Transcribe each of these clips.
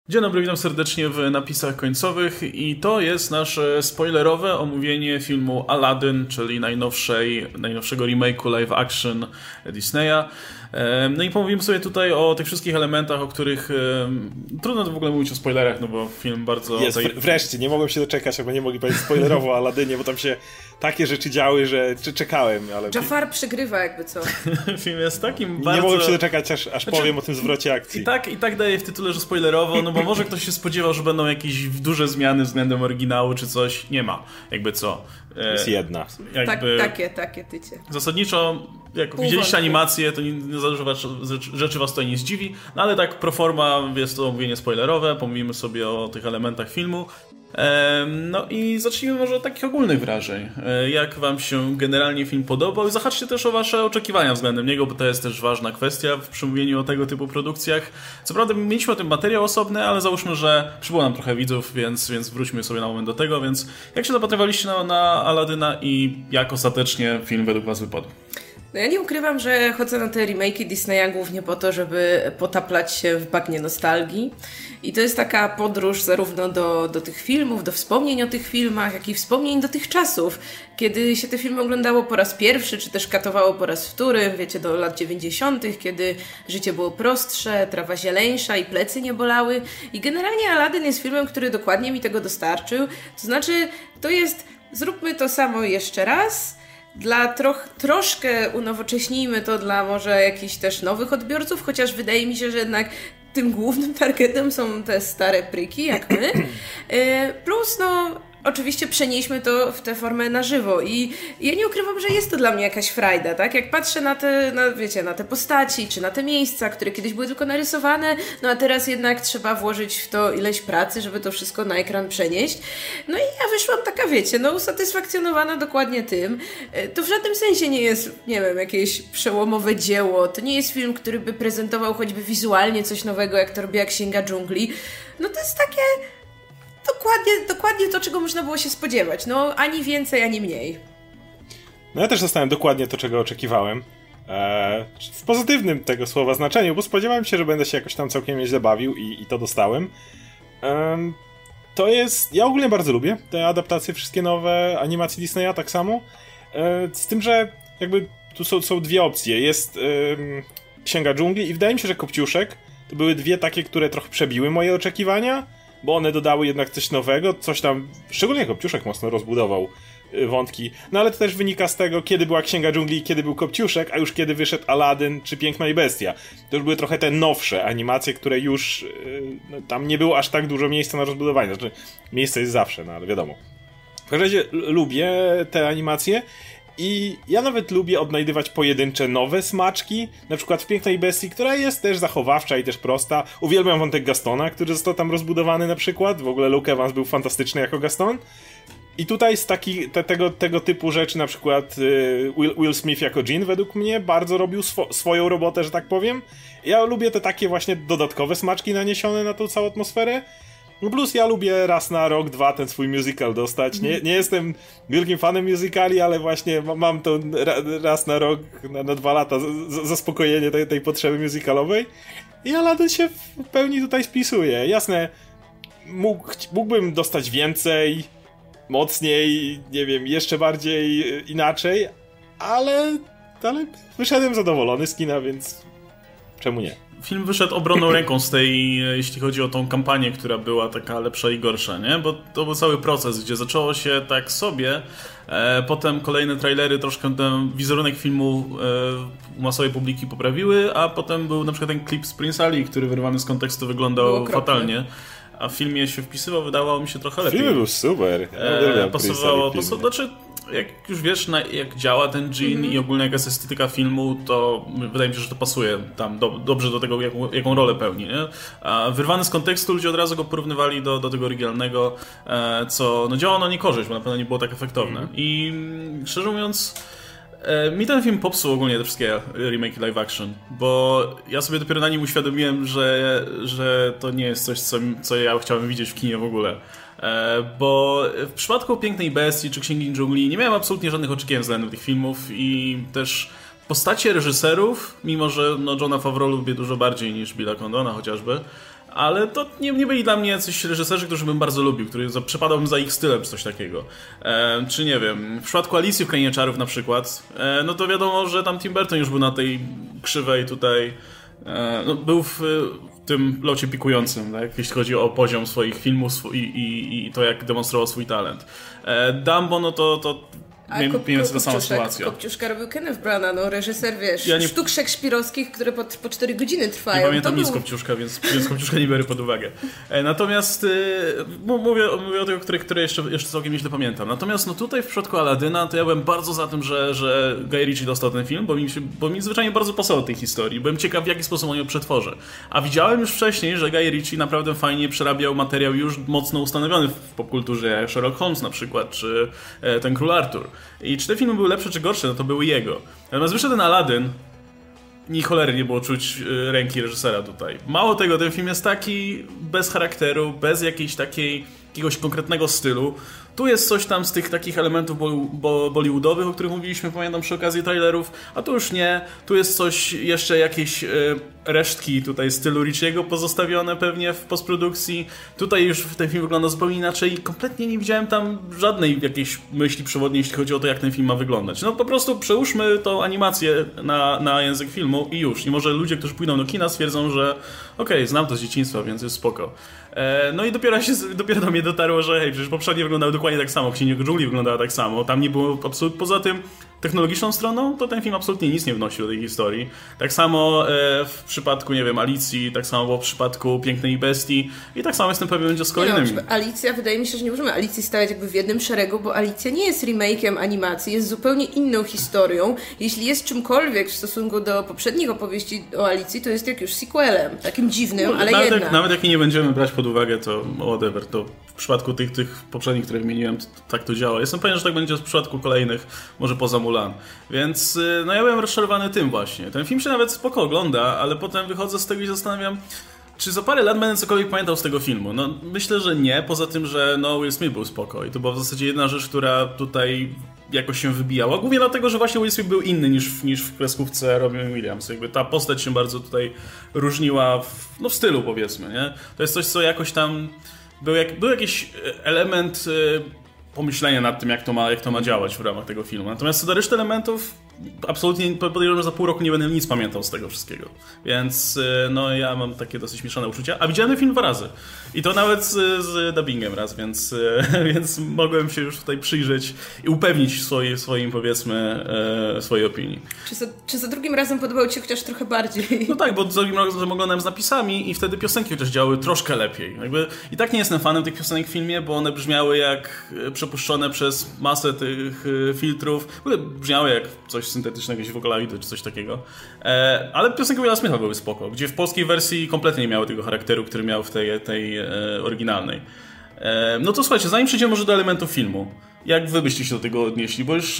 Dzień dobry, witam serdecznie w napisach końcowych i to jest nasze spoilerowe omówienie filmu Aladdin, czyli najnowszego remake'u live action Disneya. No i pomówimy sobie tutaj o tych wszystkich elementach, o których trudno w ogóle mówić o spoilerach, no bo film bardzo... Wreszcie, nie mogłem się doczekać, bo nie mogli powiedzieć spoilerowo o Aladynie, bo tam się takie rzeczy działy, że czekałem, ale... Jafar przegrywa jakby co. Film jest takim bardzo... Nie mogłem się doczekać, aż powiem o tym zwrocie akcji. I tak daje w tytule, że spoilerowo, no bo może ktoś się spodziewał, że będą jakieś duże zmiany względem oryginału czy coś. Nie ma. Jakby co. Jest jedna. Takie tycie. Zasadniczo, jak widzieliście animację, to nie za dużo rzeczy was tutaj nie zdziwi. No ale tak pro forma jest to omówienie spoilerowe. Pomówimy sobie o tych elementach filmu. No i zacznijmy może od takich ogólnych wrażeń. Jak wam się generalnie film podobał i zahaczcie też o wasze oczekiwania względem niego, bo to jest też ważna kwestia w przemówieniu o tego typu produkcjach. Co prawda mieliśmy o tym materiał osobny, ale załóżmy, że przybyło nam trochę widzów, więc wróćmy sobie na moment do tego. Więc jak się zapatrywaliście na Aladyna i jak ostatecznie film według was wypadł? No ja nie ukrywam, że chodzę na te remake'i Disneya głównie po to, żeby potaplać się w bagnie nostalgii. I to jest taka podróż zarówno do tych filmów, do wspomnień o tych filmach, jak i wspomnień do tych czasów, kiedy się te filmy oglądało po raz pierwszy, czy też katowało po raz wtóry, wiecie, do lat 90., kiedy życie było prostsze, trawa zieleńsza i plecy nie bolały. I generalnie Aladdin jest filmem, który dokładnie mi tego dostarczył. To znaczy, to jest zróbmy to samo jeszcze raz, troszkę unowocześnijmy to dla może jakichś też nowych odbiorców, chociaż wydaje mi się, że jednak tym głównym targetem są te stare pryki, jak my. Plus, oczywiście przenieśmy to w tę formę na żywo i ja nie ukrywam, że jest to dla mnie jakaś frajda, tak? Jak patrzę na te postaci, czy na te miejsca, które kiedyś były tylko narysowane, no a teraz jednak trzeba włożyć w to ileś pracy, żeby to wszystko na ekran przenieść. No i ja wyszłam taka, usatysfakcjonowana dokładnie tym. To w żadnym sensie nie jest, nie wiem, jakieś przełomowe dzieło. To nie jest film, który by prezentował choćby wizualnie coś nowego, jak to robiła Księga Dżungli. No to jest takie... Dokładnie to, czego można było się spodziewać. No, ani więcej, ani mniej. No ja też dostałem dokładnie to, czego oczekiwałem. W pozytywnym tego słowa znaczeniu, bo spodziewałem się, że będę się jakoś tam całkiem nieźle bawił i to dostałem. To jest... Ja ogólnie bardzo lubię te adaptacje, wszystkie nowe animacji Disneya, tak samo. Z tym, że jakby tu są dwie opcje. Jest Księga Dżungli i wydaje mi się, że Kopciuszek to były dwie takie, które trochę przebiły moje oczekiwania, bo one dodały jednak coś nowego, coś tam, szczególnie Kopciuszek mocno rozbudował wątki, no ale to też wynika z tego, kiedy była Księga Dżungli i kiedy był Kopciuszek, a już kiedy wyszedł Aladdin czy Piękna i Bestia. To już były trochę te nowsze animacje, które już tam nie było aż tak dużo miejsca na rozbudowanie, znaczy miejsce jest zawsze, no ale wiadomo. W każdym razie lubię te animacje i ja nawet lubię odnajdywać pojedyncze nowe smaczki, na przykład w Pięknej Bestii, która jest też zachowawcza i też prosta. Uwielbiam wątek Gastona, który został tam rozbudowany na przykład. W ogóle Luke Evans był fantastyczny jako Gaston. I tutaj z tego typu rzeczy, na przykład Will Smith jako Jin według mnie bardzo robił swoją robotę, że tak powiem. Ja lubię te takie właśnie dodatkowe smaczki naniesione na tą całą atmosferę. No plus ja lubię raz na rok, dwa ten swój musical dostać. Nie jestem wielkim fanem musicali, ale właśnie mam to raz na rok, na 2 lata zaspokojenie tej potrzeby musicalowej. I Aladdin się w pełni tutaj spisuje. Jasne, mógłbym dostać więcej, mocniej, nie wiem, jeszcze bardziej inaczej, ale wyszedłem zadowolony z kina, więc czemu nie? Film wyszedł obronną ręką z tej, jeśli chodzi o tą kampanię, która była taka lepsza i gorsza, nie? Bo to był cały proces, gdzie zaczęło się tak sobie, potem kolejne trailery troszkę ten wizerunek filmu u masowej publiki poprawiły, a potem był na przykład ten klip z Prince Ali, który wyrwany z kontekstu wyglądał fatalnie. A w filmie się wpisywał, wydawało mi się trochę lepiej. Film był super. Pasowało, znaczy jak już wiesz, jak działa ten Jin i ogólnie jaka jest estetyka filmu, to wydaje mi się, że to pasuje tam dobrze do tego, jaką rolę pełni, nie? A wyrwany z kontekstu ludzie od razu go porównywali do tego oryginalnego, co działało na niekorzyść, bo na pewno nie było tak efektowne. I szczerze mówiąc, mi ten film popsuł ogólnie te wszystkie remake live action, bo ja sobie dopiero na nim uświadomiłem, że to nie jest coś, co ja chciałbym widzieć w kinie w ogóle. Bo w przypadku Pięknej Bestii czy Księgi Dżungli nie miałem absolutnie żadnych oczekiwań względem tych filmów i też postacie reżyserów, mimo że Johna Favreau lubię dużo bardziej niż Billa Condona chociażby, ale to nie byli dla mnie jacyś reżyserzy, którzy bym bardzo lubił, który przepadałbym za ich stylem czy coś takiego. Czy nie wiem, w przypadku Alicji w Krainie Czarów na przykład, no to wiadomo, że tam Tim Burton już był na tej krzywej tutaj, no, był w tym locie pikującym, tak? Jeśli chodzi o poziom swoich filmów i to, jak demonstrował swój talent. Dumbo, no to mniej więcej ta sama sytuacja. Kopciuszka robił Kenneth Branagh, no reżyser, wiesz, sztuk szekspirowskich, które po 4 godziny trwają. Nie pamiętam nic Kopciuszka, więc Kopciuszka nie biorę pod uwagę. Natomiast mówię o tych, które jeszcze całkiem nieźle pamiętam. Natomiast no tutaj w przypadku Aladyna to ja byłem bardzo za tym, że Guy Ritchie dostał ten film, bo mi zwyczajnie bardzo pasował tej historii. Byłem ciekaw, w jaki sposób on ją przetworzy. A widziałem już wcześniej, że Guy Ritchie naprawdę fajnie przerabiał materiał już mocno ustanowiony w popkulturze, jak Sherlock Holmes na przykład, czy ten Król Artur. I czy te filmy były lepsze czy gorsze, no to były jego. Natomiast wyszedł ten Aladdin, ni cholery nie było czuć ręki reżysera tutaj. Mało tego, ten film jest taki bez charakteru, bez jakiegoś konkretnego stylu. Tu jest coś tam z tych takich elementów bollywoodowych, o których mówiliśmy, pamiętam, przy okazji trailerów, a tu już nie. Tu jest coś, jeszcze jakieś resztki tutaj stylu Ritchiego pozostawione pewnie w postprodukcji. Tutaj już ten film wygląda zupełnie inaczej i kompletnie nie widziałem tam żadnej jakiejś myśli przewodniej, jeśli chodzi o to, jak ten film ma wyglądać. No po prostu przełóżmy tą animację na język filmu i już. I może ludzie, którzy pójdą do kina, stwierdzą, że okej, znam to z dzieciństwa, więc jest spoko. No i dopiero do mnie dotarło, że hej, przecież poprzednie wyglądały dokładnie tak samo, Księga Dżungli wyglądała tak samo, tam nie było absolutnie, poza tym technologiczną stroną, to ten film absolutnie nic nie wnosił do tej historii. Tak samo w przypadku, nie wiem, Alicji, tak samo było w przypadku Pięknej Bestii i tak samo jestem pewien, będzie z kolejnymi. No, Alicja, wydaje mi się, że nie możemy Alicji stawiać jakby w jednym szeregu, bo Alicja nie jest remake'iem animacji, jest zupełnie inną historią. Jeśli jest czymkolwiek w stosunku do poprzednich opowieści o Alicji, to jest jak już sequelem, takim dziwnym, ale jednak. Nawet jak nie będziemy brać pod uwagę, to whatever, to w przypadku tych poprzednich, które wymieniłem, tak to działa. Jestem pewien, że tak będzie w przypadku kolejnych, może poza Mulan. Więc no ja byłem rozczarowany tym właśnie. Ten film się nawet spoko ogląda, ale potem wychodzę z tego i zastanawiam, czy za parę lat będę cokolwiek pamiętał z tego filmu. No myślę, że nie, poza tym, że no Will Smith był spoko i to była w zasadzie jedna rzecz, która tutaj jakoś się wybijała. Głównie dlatego, że właśnie Will Smith był inny niż w kreskówce Robin Williams. Jakby ta postać się bardzo tutaj różniła w stylu, powiedzmy, nie? To jest coś, co jakoś tam był jakiś element pomyślenia nad tym, jak to ma działać w ramach tego filmu. Natomiast co do reszty elementów, absolutnie podejrzewam, że za pół roku nie będę nic pamiętał z tego wszystkiego. Więc no ja mam takie dosyć mieszane uczucia. A widziałem ten film 2 razy. I to nawet z dubbingiem raz, więc mogłem się już tutaj przyjrzeć i upewnić swoim powiedzmy, swojej opinii. Czy za drugim razem podobał Ci się chociaż trochę bardziej? No tak, bo za drugim razem oglądałem z napisami i wtedy piosenki chociaż działały troszkę lepiej. Jakby i tak nie jestem fanem tych piosenek w filmie, bo one brzmiały jak przepuszczone przez masę tych filtrów. W ogóle brzmiały jak coś syntetycznego, jakieś wokaloidy czy coś takiego. Ale piosenki Willa Smitha były spoko, gdzie w polskiej wersji kompletnie nie miały tego charakteru, który miał w tej oryginalnej. No to słuchajcie, zanim przejdziemy może do elementów filmu, jak wy byście się do tego odnieśli? Bo już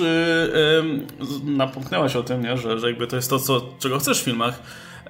napomknęłaś o tym, nie? Że jakby to jest to, czego chcesz w filmach.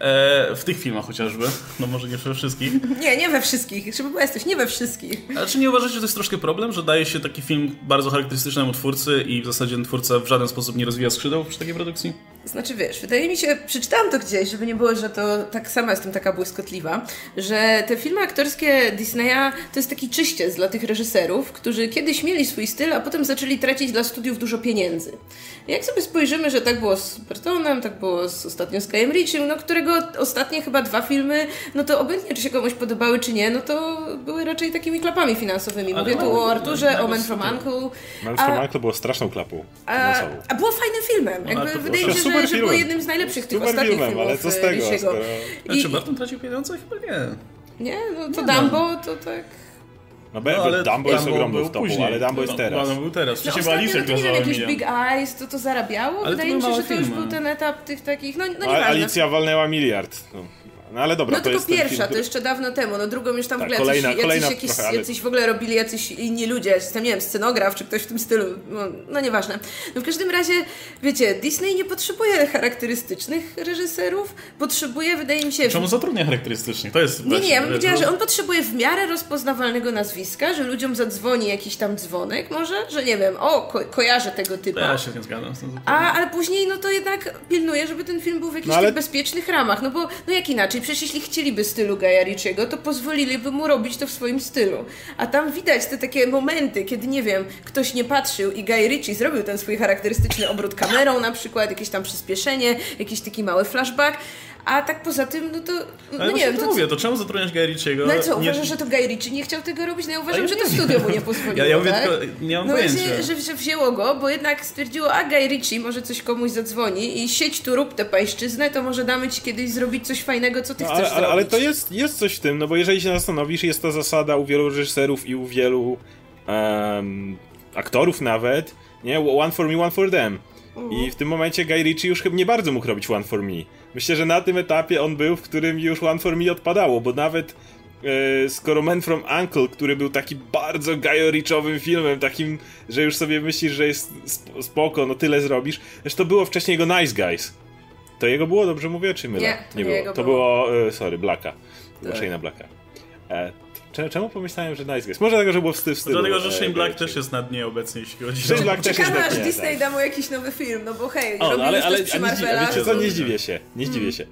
W tych filmach chociażby. No może nie we wszystkich. Nie we wszystkich. Żeby była jesteś, nie we wszystkich. Ale czy nie uważacie, że to jest troszkę problem, że daje się taki film bardzo charakterystycznemu twórcy i w zasadzie ten twórca w żaden sposób nie rozwija skrzydeł przy takiej produkcji? Znaczy wiesz, wydaje mi się, przeczytałam to gdzieś, żeby nie było, że to tak sama jestem taka błyskotliwa, że te filmy aktorskie Disneya to jest taki czyściec dla tych reżyserów, którzy kiedyś mieli swój styl, a potem zaczęli tracić dla studiów dużo pieniędzy. Jak sobie spojrzymy, że tak było z Burtonem, tak było ostatnio z Guyem Ritchiem, no którego ostatnie chyba 2 filmy, no to obojętnie czy się komuś podobały czy nie, no to były raczej takimi klapami finansowymi. Mówię tu o Arturze, o Man from U.N.C.L.E. Man from U.N.C.L.E. było straszną klapą. A było fajnym filmem. Jakby wydaje mi się, że było jednym z najlepszych tych ostatnich filmów. Ale co z tego? Czy Burton tracił pieniądze? Chyba nie. Nie? No to Dumbo to tak... No ale Dumbo jest ogromną wtopą, ale Dumbo jest teraz. Dumbo był teraz. Wcześniej była Alicja, która zarobiła jakieś Big Eyes, to zarabiało? Ale wydaje mi się, że to już był ten etap tych takich... No nieważne. Alicja walnęła 1 miliard. No ale dobra, no to tylko jest pierwsza, film, to jeszcze dawno temu, no drugą już tam tak, w ogóle jacyś w ogóle robili jacyś inni ludzie, jestem, nie wiem, scenograf czy ktoś w tym stylu, no nieważne. No w każdym razie, wiecie, Disney nie potrzebuje charakterystycznych reżyserów, potrzebuje, wydaje mi się... Czemu zatrudnia charakterystycznych? To jest... Nie, ja bym powiedziała, że on potrzebuje w miarę rozpoznawalnego nazwiska, że ludziom zadzwoni jakiś tam dzwonek może, że nie wiem, kojarzę tego typu. Ja się nie zgadzam z tym. Ale później, no to jednak pilnuje, żeby ten film był w jakichś tych bezpiecznych ramach, no bo, no jak inaczej, przecież jeśli chcieliby stylu Guya Ritchiego, to pozwoliliby mu robić to w swoim stylu. A tam widać te takie momenty, kiedy, nie wiem, ktoś nie patrzył i Guy Ritchie zrobił ten swój charakterystyczny obrót kamerą na przykład, jakieś tam przyspieszenie, jakiś taki mały flashback. A tak poza tym, no to... No ale nie wiem, to czemu zatrudniać Guy Ritchiego? No co, uważasz, że to Guy Ritchie nie chciał tego robić? No ja uważam, że to studio mu nie pozwoliło, ja mówię tak? tylko, nie mam pojęcia. Że wzięło go, bo jednak stwierdziło, a Guy Ritchie może coś komuś zadzwoni i siedź tu, rób tę pańszczyznę, to może damy ci kiedyś zrobić coś fajnego, co ty chcesz zrobić. Ale to jest coś w tym, no bo jeżeli się zastanowisz, jest to zasada u wielu reżyserów i u wielu aktorów nawet, nie? One for me, one for them. I w tym momencie Guy Ritchie już chyba nie bardzo mógł robić One for Me. Myślę, że na tym etapie on był, w którym już One for Me odpadało, bo nawet skoro Man from U.N.C.L.E., który był taki bardzo Guy Ritchiowym filmem, takim, że już sobie myślisz, że jest spoko, no tyle zrobisz. Zresztą to było wcześniej jego Nice Guys. To jego było, dobrze mówię, czy mylę? Nie było. To było, Blacka. Shane'a Blacka. Czemu pomyślałem, że Nice Guys? Może dlatego, że było w stylu... Dlatego, że Shane Black też jest na dnie obecnie, jeśli chodzi o... Shane Black też jest na Ciekawe, dnie, aż Disney tak. da mu jakiś nowy film, no bo hej, robili coś przy Marvelach. Wiecie co, nie zdziwię się.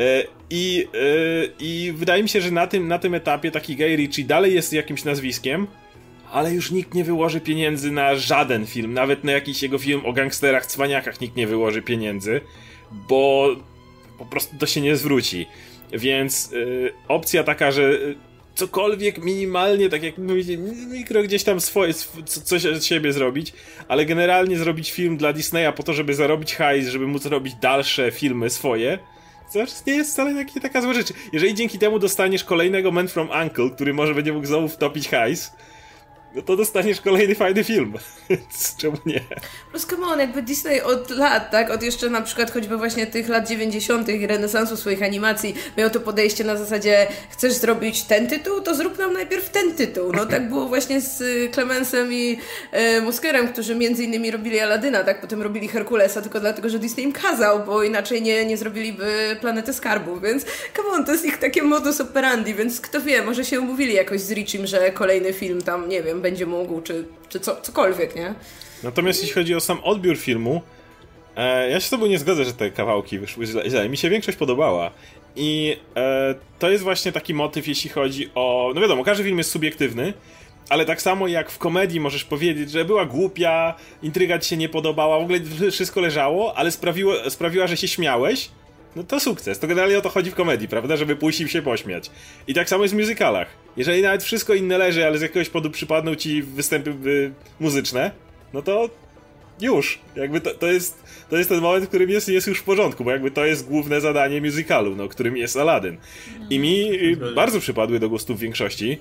I wydaje mi się, że na tym etapie taki Guy Ritchie dalej jest jakimś nazwiskiem, ale już nikt nie wyłoży pieniędzy na żaden film, nawet na jakiś jego film o gangsterach, cwaniakach nikt nie wyłoży pieniędzy, bo po prostu to się nie zwróci. Więc opcja taka, że cokolwiek minimalnie, tak jak mówicie, mikro gdzieś tam coś od siebie zrobić, ale generalnie zrobić film dla Disneya po to, żeby zarobić hajs, żeby móc robić dalsze filmy swoje, to nie jest wcale taka zła rzecz. Jeżeli dzięki temu dostaniesz kolejnego Man from U.N.C.L.E., który może będzie mógł znowu wtopić hajs, no to dostaniesz kolejny fajny film. Więc czemu nie? Plus come on, jakby Disney od lat, tak, od jeszcze na przykład choćby właśnie tych lat 90. i renesansu swoich animacji miał to podejście na zasadzie chcesz zrobić ten tytuł, to zrób nam najpierw ten tytuł. No tak było właśnie z Clemensem i Muskerem, którzy między innymi robili Aladyna, tak, potem robili Herkulesa, tylko dlatego, że Disney im kazał, bo inaczej nie zrobiliby Planety Skarbów, więc come on, to jest ich takie modus operandi, więc kto wie, może się umówili jakoś z Richiem, że kolejny film tam, nie wiem, będzie mógł, czy cokolwiek, nie? Natomiast jeśli chodzi o sam odbiór filmu, ja się z tobą nie zgodzę, że te kawałki wyszły źle. Mi się większość podobała. I to jest właśnie taki motyw, jeśli chodzi o... No wiadomo, każdy film jest subiektywny, ale tak samo jak w komedii możesz powiedzieć, że była głupia, intryga ci się nie podobała, w ogóle wszystko leżało, ale sprawiła, że się śmiałeś, no to sukces. To generalnie o to chodzi w komedii, prawda? Żeby pójść i się pośmiać. I tak samo jest w musicalach. Jeżeli nawet wszystko inne leży, ale z jakiegoś powodu przypadną ci występy muzyczne, no to już. Jakby to jest ten moment, w którym jest już w porządku, bo jakby to jest główne zadanie musicalu, no, którym jest Aladdin. I mi bardzo przypadły do gustu w większości.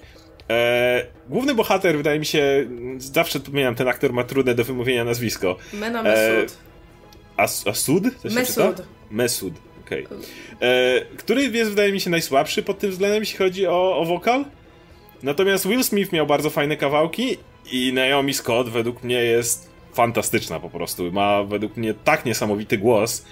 Główny bohater, wydaje mi się, zawsze pamiętam, ten aktor ma trudne do wymówienia nazwisko. Mena Mesud. Asud? Mesud. Mesud. Okay. Który jest, wydaje mi się, najsłabszy pod tym względem, jeśli chodzi o wokal. Natomiast Will Smith miał bardzo fajne kawałki i Naomi Scott według mnie jest fantastyczna po prostu. Ma według mnie tak niesamowity głos.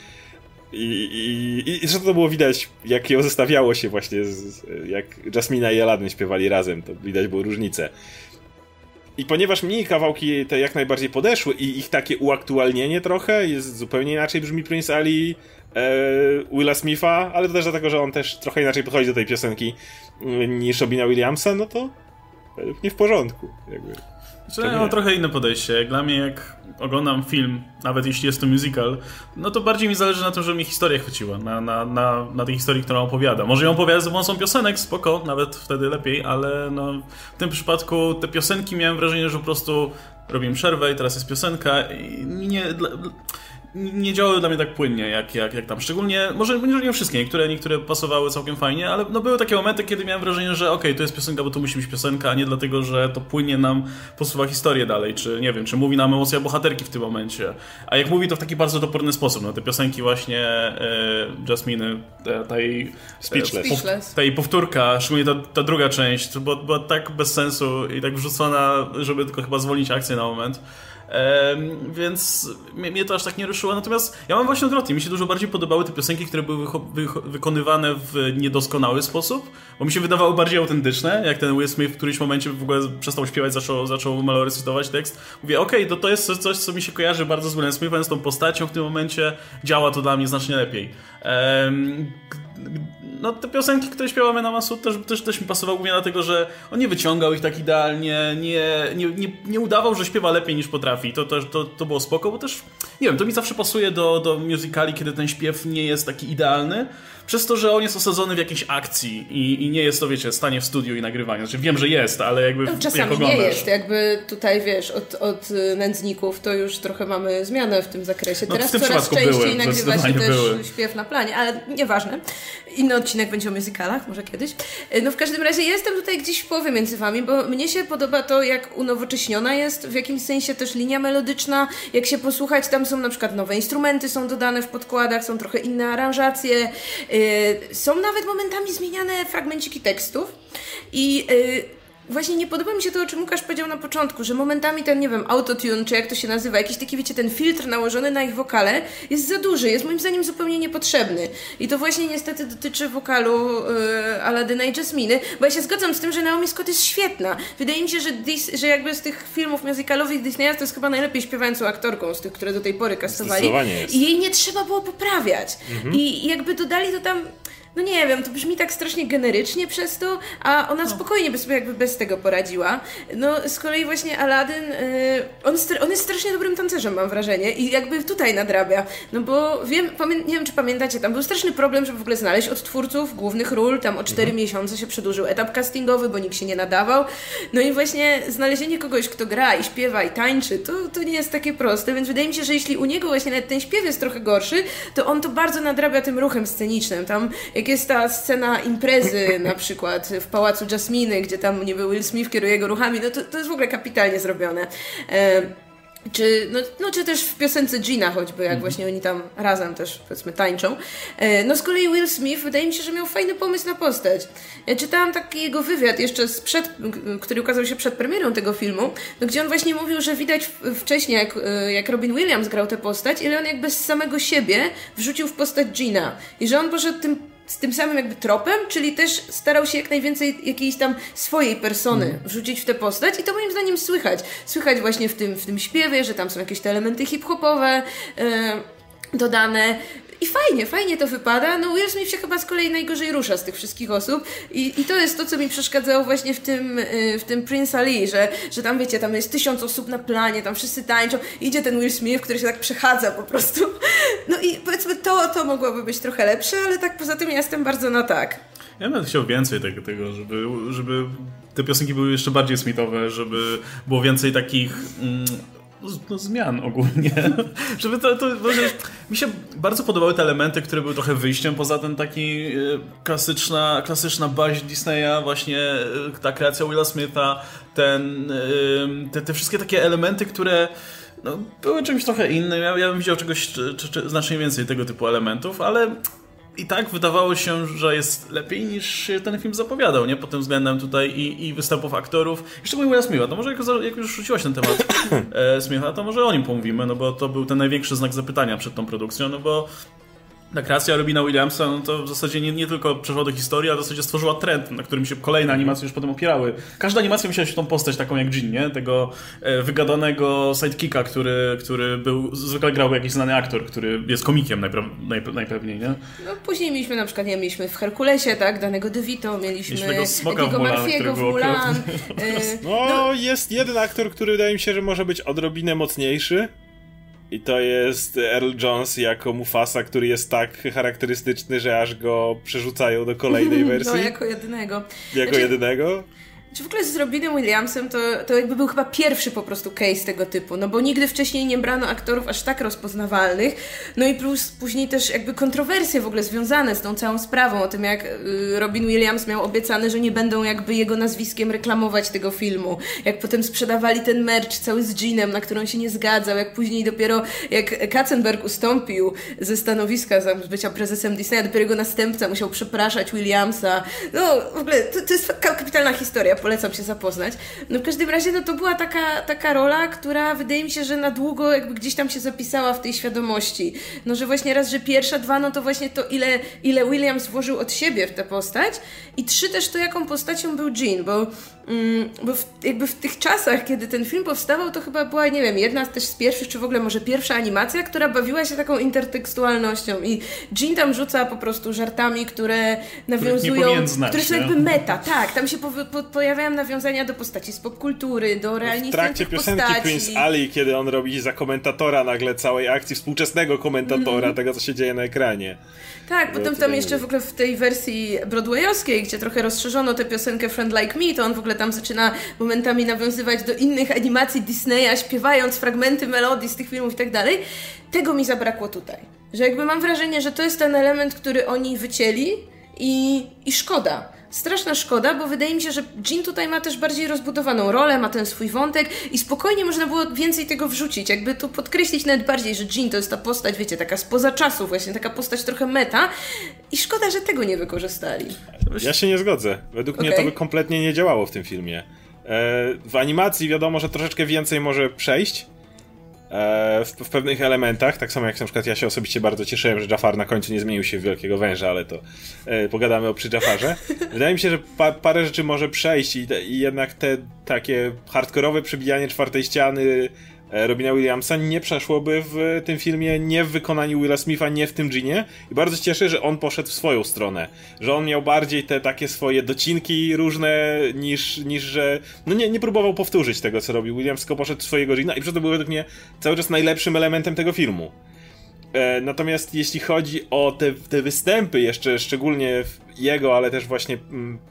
I że to było widać, jak ją zestawiało się właśnie jak Jasmina i Aladdin śpiewali razem, to widać było różnicę. I ponieważ mi kawałki te jak najbardziej podeszły i ich takie uaktualnienie trochę, jest zupełnie inaczej brzmi Prince Ali Willa Smitha, ale to też dlatego, że on też trochę inaczej podchodzi do tej piosenki niż Robina Williamsa, no to według mnie w porządku. Jakby. Ja mam trochę inne podejście. Dla mnie jak oglądam film, nawet jeśli jest to musical, no to bardziej mi zależy na tym, żeby mi historię chwyciła, na tej historii, którą opowiada. Może ją opowiada za pomocą piosenek, spoko, nawet wtedy lepiej, ale no, w tym przypadku te piosenki miałem wrażenie, że po prostu robiłem przerwę i teraz jest piosenka i nie działały dla mnie tak płynnie, jak tam. Szczególnie, może nie wszystkie, niektóre pasowały całkiem fajnie, ale no były takie momenty, kiedy miałem wrażenie, że okej, to jest piosenka, bo to musi być piosenka, a nie dlatego, że to płynnie nam posuwa historię dalej, czy nie wiem, czy mówi nam emocja bohaterki w tym momencie. A jak mówi, to w taki bardzo toporny sposób. No te piosenki właśnie Jasminy, ta jej Speechless. Ta jej powtórka, szczególnie ta druga część, była tak bez sensu i tak wrzucona, żeby tylko chyba zwolnić akcję na moment. Więc mnie to aż tak nie ruszyło. Natomiast ja mam właśnie odwrotnie. Mi się dużo bardziej podobały te piosenki, które były wykonywane w niedoskonały sposób, bo mi się wydawały bardziej autentyczne, jak ten Will Smith w którymś momencie w ogóle przestał śpiewać, zaczął malo recytować tekst. Mówię, okej, to jest coś, co mi się kojarzy bardzo z Willem Smithem, z tą postacią w tym momencie. Działa to dla mnie znacznie lepiej. no te piosenki, które śpiewał Mena Massoud też mi pasowały głównie dlatego, że on nie wyciągał ich tak idealnie, nie udawał, że śpiewa lepiej niż potrafi. To było spoko, bo też, nie wiem, to mi zawsze pasuje do musicali, kiedy ten śpiew nie jest taki idealny, przez to, że on jest osadzony w jakiejś akcji i nie jest to, wiecie, stanie w studiu i nagrywanie. Znaczy wiem, że jest, ale jakby no, czasami nie jest. Jakby tutaj, wiesz, od Nędzników to już trochę mamy zmianę w tym zakresie. No, teraz w tym coraz częściej nagrywa się też były. śpiew na planie, ale nieważne. Inny odcinek będzie o musicalach, może kiedyś. No w każdym razie jestem tutaj gdzieś w połowie między wami, bo mnie się podoba to, jak unowocześniona jest w jakimś sensie też linia melodyczna. Jak się posłuchać, tam są na przykład nowe instrumenty są dodane w podkładach, są trochę inne aranżacje. Są nawet momentami zmieniane fragmenciki tekstów i właśnie nie podoba mi się to, o czym Łukasz powiedział na początku, że momentami ten, nie wiem, autotune, czy jak to się nazywa, jakiś taki, wiecie, ten filtr nałożony na ich wokale jest za duży, jest moim zdaniem zupełnie niepotrzebny. I to właśnie niestety dotyczy wokalu Aladyna i Jasminy, bo ja się zgadzam z tym, że Naomi Scott jest świetna. Wydaje mi się, że jakby z tych filmów musicalowych Disneya to jest chyba najlepiej śpiewającą aktorką z tych, które do tej pory kastowali. I jej nie trzeba było poprawiać. I jakby dodali to tam... No nie wiem, to brzmi tak strasznie generycznie przez to, a ona spokojnie by sobie jakby bez tego poradziła. No z kolei właśnie Aladdin, on jest strasznie dobrym tancerzem, mam wrażenie, i jakby tutaj nadrabia. No bo nie wiem, czy pamiętacie, tam był straszny problem, żeby w ogóle znaleźć odtwórców głównych ról, tam o 4 miesiące się przedłużył etap castingowy, bo nikt się nie nadawał. No i właśnie znalezienie kogoś, kto gra i śpiewa i tańczy, to nie jest takie proste, więc wydaje mi się, że jeśli u niego właśnie nawet ten śpiew jest trochę gorszy, to on to bardzo nadrabia tym ruchem scenicznym. Tam jak jest ta scena imprezy na przykład w Pałacu Jasminy, gdzie tam niby Will Smith kieruje jego ruchami, no to jest w ogóle kapitalnie zrobione. Czy też w piosence Gina choćby, jak właśnie oni tam razem też, powiedzmy, tańczą. No z kolei Will Smith, wydaje mi się, że miał fajny pomysł na postać. Ja czytałam taki jego wywiad jeszcze który ukazał się przed premierą tego filmu, no, gdzie on właśnie mówił, że widać wcześniej, jak Robin Williams grał tę postać, ile on jakby z samego siebie wrzucił w postać Gina. I że on poszedł z tym samym jakby tropem, czyli też starał się jak najwięcej jakiejś tam swojej persony wrzucić w tę postać i to moim zdaniem słychać. Słychać właśnie w tym śpiewie, że tam są jakieś te elementy hip-hopowe dodane. I fajnie to wypada. No Will Smith się chyba z kolei najgorzej rusza z tych wszystkich osób i to jest to, co mi przeszkadzało właśnie w tym Prince Ali, że tam wiecie, tam jest 1000 osób na planie, tam wszyscy tańczą, idzie ten Will Smith, który się tak przechadza po prostu. No i powiedzmy to mogłoby być trochę lepsze, ale tak poza tym ja jestem bardzo na tak. Ja bym chciał więcej tego, żeby te piosenki były jeszcze bardziej smithowe, żeby było więcej takich... zmian ogólnie. Żeby to mi się bardzo podobały te elementy, które były trochę wyjściem poza ten taki klasyczna baść Disneya, właśnie ta kreacja Willa Smitha, te wszystkie takie elementy, które były czymś trochę innym. Ja bym widział czegoś znacznie więcej tego typu elementów, ale i tak wydawało się, że jest lepiej niż się ten film zapowiadał, nie? Pod tym względem tutaj i występów aktorów. I szczególnie Willa Smitha. To może jak już rzuciłaś ten temat Smitha, to może o nim pomówimy, no bo to był ten największy znak zapytania przed tą produkcją, no bo ta kreacja Robina Williamsa, no to w zasadzie nie tylko przeszła do historii, ale w zasadzie stworzyła trend, na którym się kolejne animacje już potem opierały. Każda animacja musiała się tą postać taką jak Jean, nie? Tego wygadanego sidekicka, który zwykle grał jakiś znany aktor, który jest komikiem najpewniej, nie? No później mieliśmy na przykład, mieliśmy w Herkulesie, tak? Danego DeVito, mieliśmy Eddie'ego Murphy'ego w Mulan. Jest jeden aktor, który wydaje mi się, że może być odrobinę mocniejszy. I to jest Earl Jones jako Mufasa, który jest tak charakterystyczny, że aż go przerzucają do kolejnej wersji. No, jako jedynego. Jedynego? Czy w ogóle z Robinem Williamsem to jakby był chyba pierwszy po prostu case tego typu, no bo nigdy wcześniej nie brano aktorów aż tak rozpoznawalnych, no i plus później też jakby kontrowersje w ogóle związane z tą całą sprawą, o tym jak Robin Williams miał obiecane, że nie będą jakby jego nazwiskiem reklamować tego filmu, jak potem sprzedawali ten merch cały z Jeanem, na którą się nie zgadzał, jak później dopiero jak Katzenberg ustąpił ze stanowiska z bycia prezesem Disneya, dopiero jego następca musiał przepraszać Williamsa, no w ogóle to jest kapitalna historia, polecam się zapoznać. No w każdym razie no to była taka rola, która wydaje mi się, że na długo jakby gdzieś tam się zapisała w tej świadomości. No że właśnie raz, że pierwsza, dwa, no to właśnie to ile Williams włożył od siebie w tę postać i 3 też to jaką postacią był Jean, bo bo jakby w tych czasach, kiedy ten film powstawał, to chyba była, nie wiem, jedna też z pierwszych, czy w ogóle może pierwsza animacja, która bawiła się taką intertekstualnością i Jin tam rzuca po prostu żartami, które nawiązują, które są jakby meta, tak, tam się pojawiają nawiązania do postaci z popkultury, do realistycznych postaci. W trakcie piosenki Prince Ali, kiedy on robi za komentatora nagle całej akcji, współczesnego komentatora tego, co się dzieje na ekranie. Tak, potem tam jeszcze w ogóle w tej wersji broadwayowskiej, gdzie trochę rozszerzono tę piosenkę Friend Like Me, to on w ogóle tam zaczyna momentami nawiązywać do innych animacji Disneya, śpiewając fragmenty melodii z tych filmów i tak dalej. Tego mi zabrakło tutaj. Że jakby mam wrażenie, że to jest ten element, który oni wycięli i szkoda. Straszna szkoda, bo wydaje mi się, że Jin tutaj ma też bardziej rozbudowaną rolę, ma ten swój wątek i spokojnie można było więcej tego wrzucić, jakby tu podkreślić nawet bardziej, że Jin to jest ta postać, wiecie, taka spoza czasu właśnie, taka postać trochę meta i szkoda, że tego nie wykorzystali. Ja się nie zgodzę. Według mnie to by kompletnie nie działało w tym filmie. W animacji wiadomo, że troszeczkę więcej może przejść w pewnych elementach, tak samo jak na przykład ja się osobiście bardzo cieszyłem, że Jafar na końcu nie zmienił się w wielkiego węża, ale to pogadamy przy Jafarze. Wydaje mi się, że parę rzeczy może przejść i jednak te takie hardkorowe przebijanie czwartej ściany Robina Williamsa nie przeszłoby w tym filmie, nie w wykonaniu Willa Smitha, nie w tym Ginie i bardzo się cieszę, że on poszedł w swoją stronę, że on miał bardziej te takie swoje docinki różne niż że no nie próbował powtórzyć tego, co robił Williams, tylko poszedł w swojego Gina i przez to był według mnie cały czas najlepszym elementem tego filmu. Natomiast jeśli chodzi o te występy, jeszcze szczególnie jego, ale też właśnie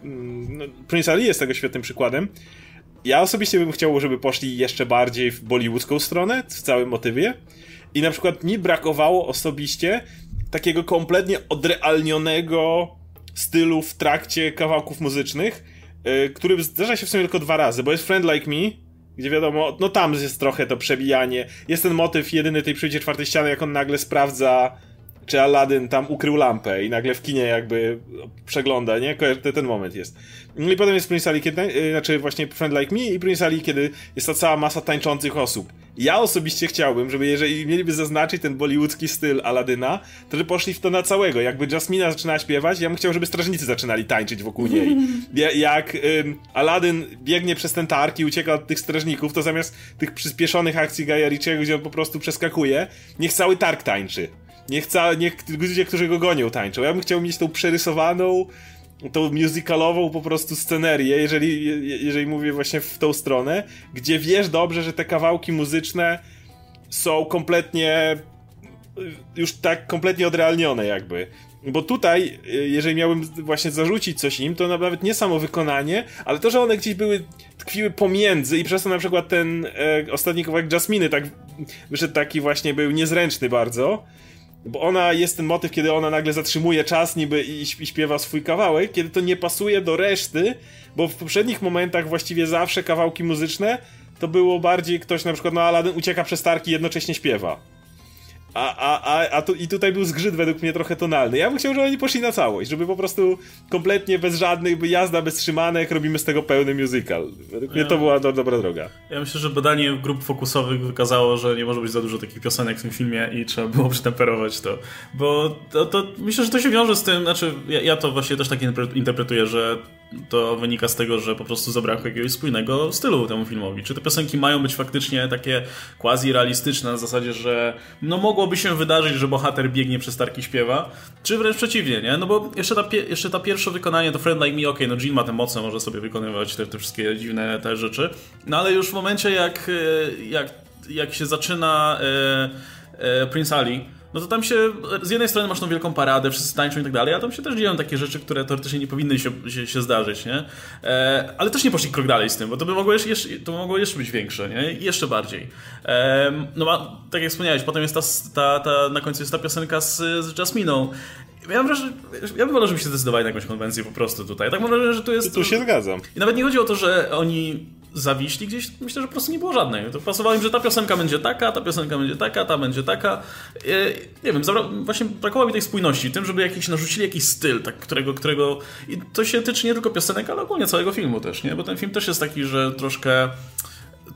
Prince Ali jest tego świetnym przykładem. Ja osobiście bym chciał, żeby poszli jeszcze bardziej w bollywoodzką stronę, w całym motywie. I na przykład mi brakowało osobiście takiego kompletnie odrealnionego stylu w trakcie kawałków muzycznych, który zdarza się w sumie tylko 2 razy, bo jest Friend Like Me, gdzie wiadomo, no tam jest trochę to przebijanie. Jest ten motyw jedyny tej przyjdzie czwartej ściany, jak on nagle sprawdza, czy Aladdin tam ukrył lampę i nagle w kinie jakby przegląda, nie? Ten moment jest. No i potem jest Prince Ali, znaczy właśnie Friend Like Me i Prince Ali, kiedy jest ta cała masa tańczących osób. Ja osobiście chciałbym, żeby jeżeli mieliby zaznaczyć ten bollywoodzki styl Aladyna, to żeby poszli w to na całego. Jakby Jasmina zaczynała śpiewać, ja bym chciał, żeby strażnicy zaczynali tańczyć wokół niej. Jak Aladdin biegnie przez ten targ i ucieka od tych strażników, to zamiast tych przyspieszonych akcji Guya Ritchiego, gdzie on po prostu przeskakuje, niech cały targ tańczy. Niech ludzie, którzy go gonią, tańczą. Ja bym chciał mieć tą przerysowaną, tą musicalową po prostu scenerię, jeżeli mówię właśnie w tą stronę, gdzie wiesz dobrze, że te kawałki muzyczne są kompletnie już tak kompletnie odrealnione jakby. Bo tutaj, jeżeli miałbym właśnie zarzucić coś im, to nawet nie samo wykonanie, ale to, że one gdzieś tkwiły pomiędzy i przez to na przykład ten ostatni kawałek Jasminy tak wyszedł taki właśnie, był niezręczny bardzo. Bo ona jest ten motyw, kiedy ona nagle zatrzymuje czas niby i śpiewa swój kawałek, kiedy to nie pasuje do reszty, bo w poprzednich momentach właściwie zawsze kawałki muzyczne to było bardziej ktoś, na przykład Aladdin ucieka przez targ i jednocześnie śpiewa. I tutaj był zgrzyt według mnie trochę tonalny. Ja bym chciał, żeby oni poszli na całość, żeby po prostu kompletnie bez żadnych, jazda bez trzymanek, robimy z tego pełny musical. Według mnie to była dobra droga. Ja myślę, że badanie grup fokusowych wykazało, że nie może być za dużo takich piosenek w tym filmie i trzeba było przytemperować to. Bo to myślę, że to się wiąże z tym, znaczy ja to właśnie też tak interpretuję, że to wynika z tego, że po prostu zabrakło jakiegoś spójnego stylu temu filmowi. Czy te piosenki mają być faktycznie takie quasi-realistyczne na zasadzie, że no mogłoby się wydarzyć, że bohater biegnie przez targ i śpiewa, czy wręcz przeciwnie, nie? No bo jeszcze ta pierwsze wykonanie to Friend Like Me, okej, no Jin ma te moce, może sobie wykonywać te wszystkie dziwne te rzeczy, no ale już w momencie jak się zaczyna Prince Ali, no to tam się, z jednej strony masz tą wielką paradę, wszyscy tańczą i tak dalej, a tam się też dzieją takie rzeczy, które teoretycznie nie powinny się zdarzyć, nie? Ale też nie poszli krok dalej z tym, bo to by mogło jeszcze być większe, nie? I jeszcze bardziej. No tak jak wspomniałeś, potem jest na końcu jest ta piosenka z Jasminą. Ja bym wolał, żeby się zdecydowali na jakąś konwencję po prostu tutaj. Tak mam wrażenie, że tu jest... Tu się zgadzam. I nawet nie chodzi o to, że oni zawiśli gdzieś, myślę, że po prostu nie było żadnej. To pasowało im, że ta piosenka będzie taka, ta piosenka będzie taka, ta będzie taka. Nie wiem, właśnie brakowało mi tej spójności, tym, żeby narzucili jakiś styl, tak, którego... I to się tyczy nie tylko piosenek, ale ogólnie całego filmu też, nie? Bo ten film też jest taki, że troszkę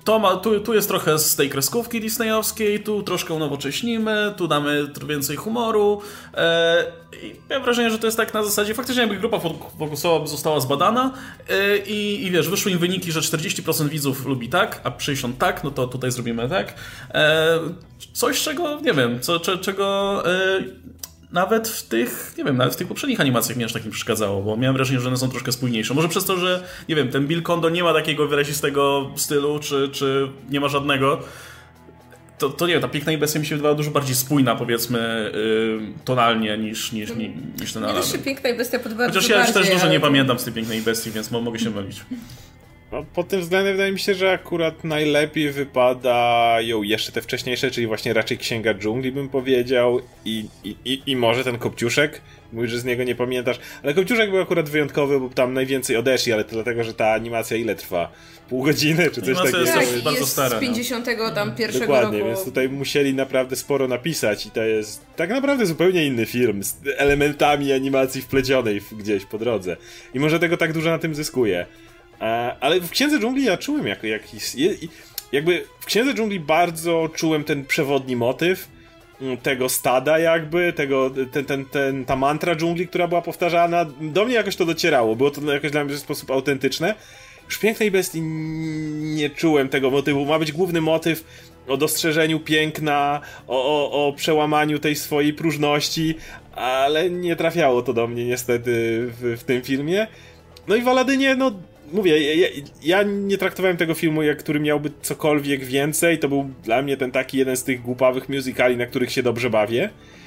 tu jest trochę z tej kreskówki disneyowskiej, tu troszkę unowocześnimy, tu damy więcej humoru. I miałem wrażenie, że to jest tak na zasadzie, faktycznie jakby grupa fokusowa została zbadana i wiesz, wyszły im wyniki, że 40% widzów lubi tak, a 60% tak, no to tutaj zrobimy tak. Coś, czego, nie wiem, czego nawet w tych, nie wiem, nawet w tych poprzednich animacjach mi aż tak mi przeszkadzało, bo miałem wrażenie, że one są troszkę spójniejsze. Może przez to, że, nie wiem, ten Bill Condon nie ma takiego wyrazistego stylu, czy nie ma żadnego, to nie wiem, ta Piękna i Bestia mi się wydawała dużo bardziej spójna, powiedzmy, tonalnie niż ten Aladdin. Mi się Piękna i Bestia podoba. Chociaż ja już też dużo nie pamiętam z tej Pięknej i Bestii, więc mogę się mylić. No, pod tym względem wydaje mi się, że akurat najlepiej wypadają jeszcze te wcześniejsze, czyli właśnie raczej Księga Dżungli, bym powiedział, i może ten Kopciuszek. Mówisz, że z niego nie pamiętasz, ale Kopciuszek był akurat wyjątkowy, bo tam najwięcej odeszli, ale to dlatego, że ta animacja ile trwa? Pół godziny, czy coś takiego? Jest bardzo stara. Z 51 Dokładnie, roku. więc tutaj musieli naprawdę sporo napisać i to jest tak naprawdę zupełnie inny film, z elementami animacji wplecionej gdzieś po drodze. I może tego tak dużo na tym zyskuje. Ale w Księdze Dżungli ja czułem jakby w Księdze Dżungli bardzo czułem ten przewodni motyw tego stada jakby, ta mantra dżungli, która była powtarzana. Do mnie jakoś to docierało, było to jakoś dla mnie w sposób autentyczne. Już w Pięknej Bestii nie czułem tego motywu. Ma być główny motyw o dostrzeżeniu piękna, o przełamaniu tej swojej próżności, ale nie trafiało to do mnie niestety w tym filmie. No i w Aladynie, no mówię, ja nie traktowałem tego filmu, który miałby cokolwiek więcej. To był dla mnie ten taki jeden z tych głupawych musicali, na których się dobrze bawię.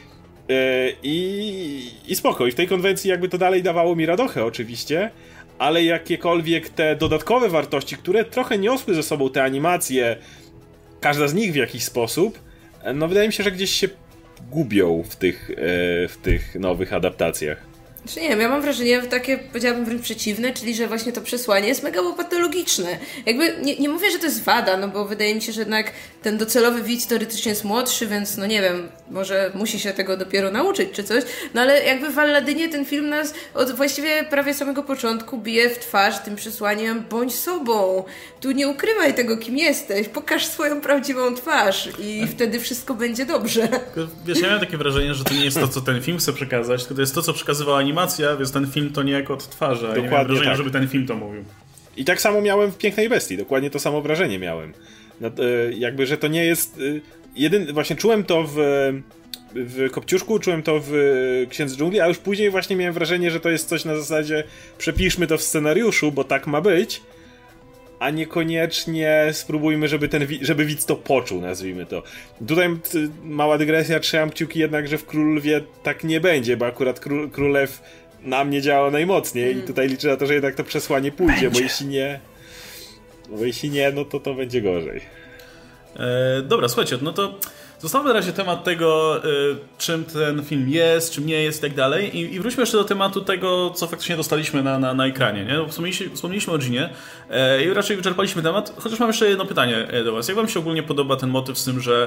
I spoko. I w tej konwencji jakby to dalej dawało mi radochę oczywiście, ale jakiekolwiek te dodatkowe wartości, które trochę niosły ze sobą te animacje, każda z nich w jakiś sposób, no wydaje mi się, że gdzieś się gubią w tych nowych adaptacjach. Znaczy nie wiem, ja mam wrażenie takie, powiedziałabym wręcz przeciwne, czyli że właśnie to przesłanie jest mega patologiczne. Jakby nie mówię, że to jest wada, no bo wydaje mi się, że jednak ten docelowy widz teoretycznie jest młodszy, więc no nie wiem, może musi się tego dopiero nauczyć czy coś, no ale jakby w Aladynie ten film nas od właściwie prawie samego początku bije w twarz tym przesłaniem: bądź sobą, tu nie ukrywaj tego, kim jesteś, pokaż swoją prawdziwą twarz i wtedy wszystko będzie dobrze. Wiesz, ja miałem takie wrażenie, że to nie jest to, co ten film chce przekazać, tylko to jest to, co przekazywał animacja, więc ten film to niejako odtwarza. Dokładnie, nie miałem wrażenia, tak, żeby ten film to mówił. I tak samo miałem w Pięknej Bestii, dokładnie to samo wrażenie miałem. No, jakby, że to nie jest... Właśnie czułem to w Kopciuszku, czułem to w Księdze Dżungli, a już później właśnie miałem wrażenie, że to jest coś na zasadzie przepiszmy to w scenariuszu, bo tak ma być, a niekoniecznie spróbujmy, żeby widz to poczuł, nazwijmy to. Tutaj mała dygresja, trzymam kciuki jednak, że w Król Lwie tak nie będzie, bo akurat Królew na mnie działa najmocniej i tutaj liczę na to, że jednak to przesłanie pójdzie, bo jeśli nie, no to będzie gorzej. Dobra, słuchajcie, no to zostawmy na razie temat tego, czym ten film jest, czym nie jest i tak dalej, i wróćmy jeszcze do tematu tego, co faktycznie dostaliśmy na ekranie, nie? Wspomnieliśmy o Jeanie i raczej wyczerpaliśmy temat, chociaż mam jeszcze jedno pytanie do was. Jak wam się ogólnie podoba ten motyw z tym, że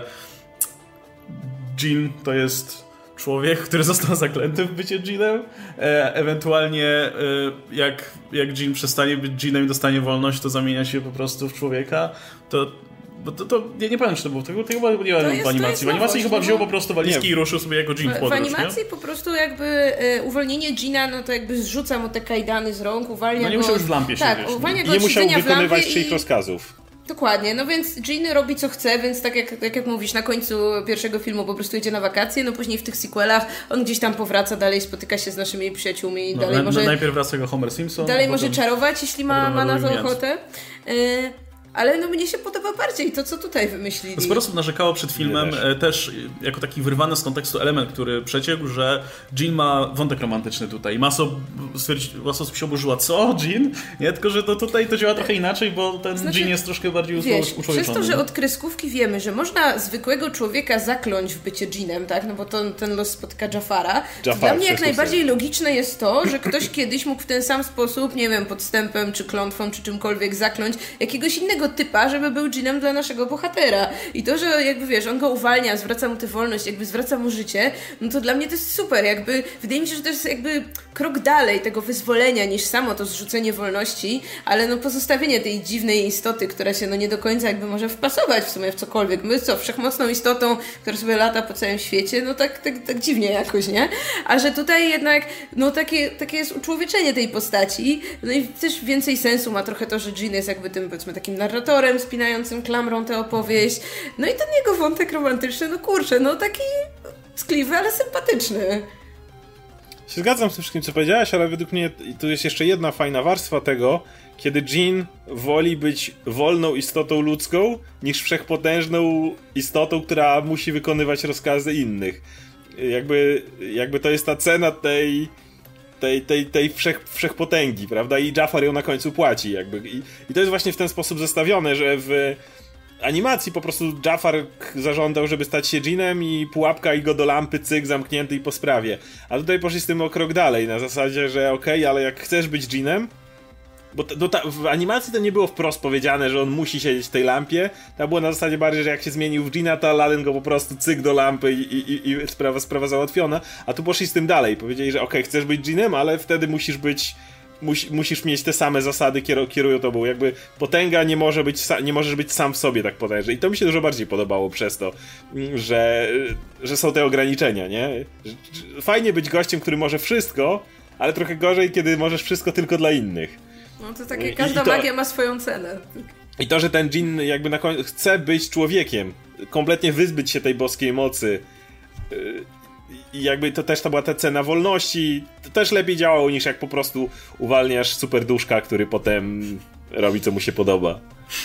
Jean to jest człowiek, który został zaklęty w bycie Jeanem, ewentualnie jak Jean przestanie być Jeanem i dostanie wolność, to zamienia się po prostu w człowieka, Bo nie pamiętam, czy to było. Tego chyba nie było w animacji. W animacji chyba wziął po prostu walizki i ruszył sobie jako Jean w podróż. W animacji po prostu jakby uwolnienie Jeana, no to jakby zrzuca mu te kajdany z rąk, uwalnia go... No nie musiał już w lampie siedzieć. Tak, uwalnia go nie od musiał siedzenia w lampie wykonywać czyich rozkazów. Dokładnie, no więc Jean robi co chce, więc tak jak mówisz, na końcu pierwszego filmu po prostu idzie na wakacje, no później w tych sequelach on gdzieś tam powraca, dalej spotyka się z naszymi przyjaciółmi, no, dalej może... Najpierw wraca go Homer Simpson. Dalej może czarować, jeśli ma na to ochotę. Ale no mnie się podoba bardziej to, co tutaj wymyślili. Sporo osób narzekało przed filmem też jako taki wyrwany z kontekstu element, który przeciekł, że Jean ma wątek romantyczny tutaj. I masa osób się oburzyła, co? Jean? Nie, tylko że tutaj to działa trochę inaczej, bo ten Jean jest troszkę bardziej uczłowieczony. Przez to, że od kreskówki wiemy, że można zwykłego człowieka zakląć w bycie Jeanem, tak? No bo ten los spotyka Jafara. Dla mnie jak najbardziej logiczne jest to, że ktoś kiedyś mógł w ten sam sposób, nie wiem, podstępem, czy klątwą, czy czymkolwiek zakląć jakiegoś innego tego typa, żeby był dżinem dla naszego bohatera. I to, że jakby wiesz, on go uwalnia, zwraca mu tę wolność, jakby zwraca mu życie, no to dla mnie to jest super. Jakby wydaje mi się, że to jest jakby krok dalej tego wyzwolenia niż samo to zrzucenie wolności, ale no pozostawienie tej dziwnej istoty, która się no nie do końca jakby może wpasować w sumie w cokolwiek. My co, wszechmocną istotą, która sobie lata po całym świecie, no tak dziwnie jakoś, nie? A że tutaj jednak no takie jest uczłowieczenie tej postaci, no i też więcej sensu ma trochę to, że Jean jest jakby tym, powiedzmy, takim narratorem spinającym klamrą tę opowieść. No i ten jego wątek romantyczny, no kurczę, no taki ckliwy, ale sympatyczny. Się zgadzam z tym wszystkim, co powiedziałaś, ale według mnie tu jest jeszcze jedna fajna warstwa tego, kiedy Jean woli być wolną istotą ludzką niż wszechpotężną istotą, która musi wykonywać rozkazy innych. Jakby to jest ta cena tej wszechpotęgi, prawda? I Jafar ją na końcu płaci, jakby. I to jest właśnie w ten sposób zestawione, że w animacji po prostu Jafar zażądał, żeby stać się dżinem i pułapka i go do lampy, cyk, zamknięty i po sprawie. A tutaj poszli z tym o krok dalej, na zasadzie, że okej, ale jak chcesz być dżinem, bo w animacji to nie było wprost powiedziane, że on musi siedzieć w tej lampie, to było na zasadzie bardziej, że jak się zmienił w dżina, to Aladdin go po prostu cyk do lampy i sprawa załatwiona, a tu poszli z tym dalej, powiedzieli, że okej, chcesz być dżinem, ale wtedy musisz mieć te same zasady, kierują tobą, jakby potęga nie możesz być sam w sobie tak potężny. I to mi się dużo bardziej podobało przez to, że są te ograniczenia, nie? Fajnie być gościem, który może wszystko, ale trochę gorzej, kiedy możesz wszystko tylko dla innych. No to takie, każda magia ma swoją cenę. I to, że ten dżin jakby na końcu chce być człowiekiem, kompletnie wyzbyć się tej boskiej mocy, i jakby to była ta cena wolności, to też lepiej działało niż jak po prostu uwalniasz superduszka, który potem robi co mu się podoba.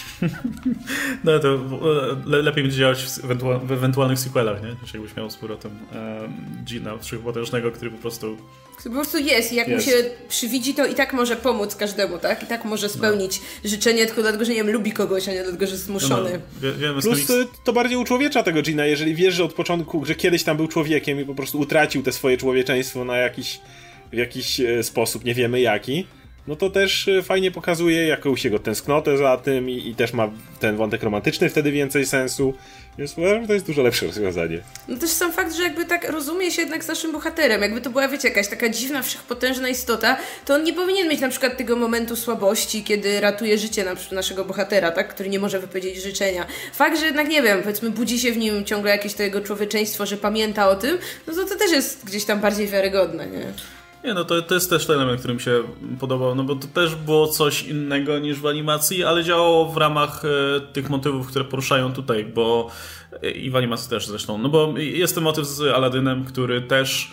No to lepiej będzie działać w ewentualnych sequelach, nie? Niż jakbyś miał z powrotem Gina, wszechpotężnego, który po prostu jest i jak mu się przywidzi, to i tak może pomóc każdemu, tak? I tak może spełnić życzenie, tylko dlatego, że nie wiem, lubi kogoś, a nie dlatego, że jest zmuszony. Plus to bardziej uczłowiecza tego Gina, jeżeli wiesz, że od początku, że kiedyś tam był człowiekiem i po prostu utracił te swoje człowieczeństwo w jakiś sposób, nie wiemy jaki, no to też fajnie pokazuje jakąś jego tęsknotę za tym i też ma ten wątek romantyczny wtedy więcej sensu. Więc uważam, że to jest dużo lepsze rozwiązanie. No też sam fakt, że jakby tak rozumie się jednak z naszym bohaterem, jakby to była, wiecie, jakaś taka dziwna, wszechpotężna istota, to on nie powinien mieć na przykład tego momentu słabości, kiedy ratuje życie naszego bohatera, tak, który nie może wypowiedzieć życzenia. Fakt, że jednak, nie wiem, powiedzmy budzi się w nim ciągle jakieś to jego człowieczeństwo, że pamięta o tym, no to też jest gdzieś tam bardziej wiarygodne, nie? Nie, no to jest też ten element, który mi się podobał, no bo to też było coś innego niż w animacji, ale działało w ramach tych motywów, które poruszają tutaj, bo i w animacji też zresztą, no bo jest ten motyw z Aladynem, który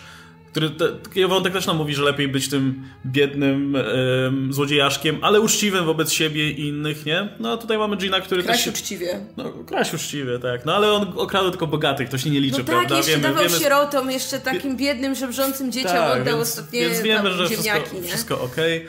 wątek też nam mówi, że lepiej być tym biednym złodziejaszkiem, ale uczciwym wobec siebie i innych, nie? No a tutaj mamy Gina, który Kraść uczciwie. No, kraść uczciwie, tak. No ale on okradł tylko bogatych, to się nie liczy, no prawda? Tak, jeszcze dawał sierotom, jeszcze takim biednym, żebrzącym dzieciom oddał ostatnie więc wiemy, że ziemniaki, wszystko okej.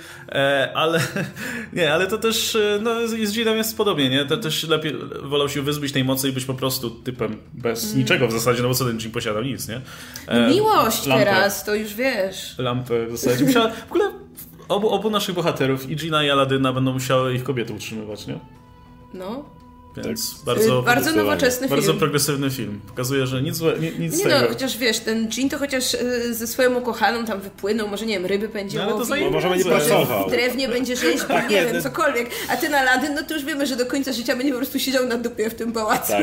Ale to też, no z Ginem jest podobnie, nie? To też lepiej wolał się wyzbyć tej mocy i być po prostu typem bez niczego w zasadzie, no bo co ten Gin posiadał? Nic, nie? Miłość lampę. Teraz, to już wiesz. Lampę w zasadzie. W ogóle obu naszych bohaterów, i Gina i Aladyna, będą musiały ich kobiety utrzymywać, nie? No. Więc tak. Bardzo nowoczesny film. Bardzo progresywny film. Pokazuje, że nic z tego. No, chociaż wiesz, ten Gin to chociaż ze swoją ukochaną tam wypłynął, może nie wiem, ryby będzie łowił. Może będzie pracował. W drewnie będzie rzeźbił, nie wiem, cokolwiek. A ten Aladdin, no to już wiemy, że do końca życia będzie po prostu siedział na dupie w tym pałacu.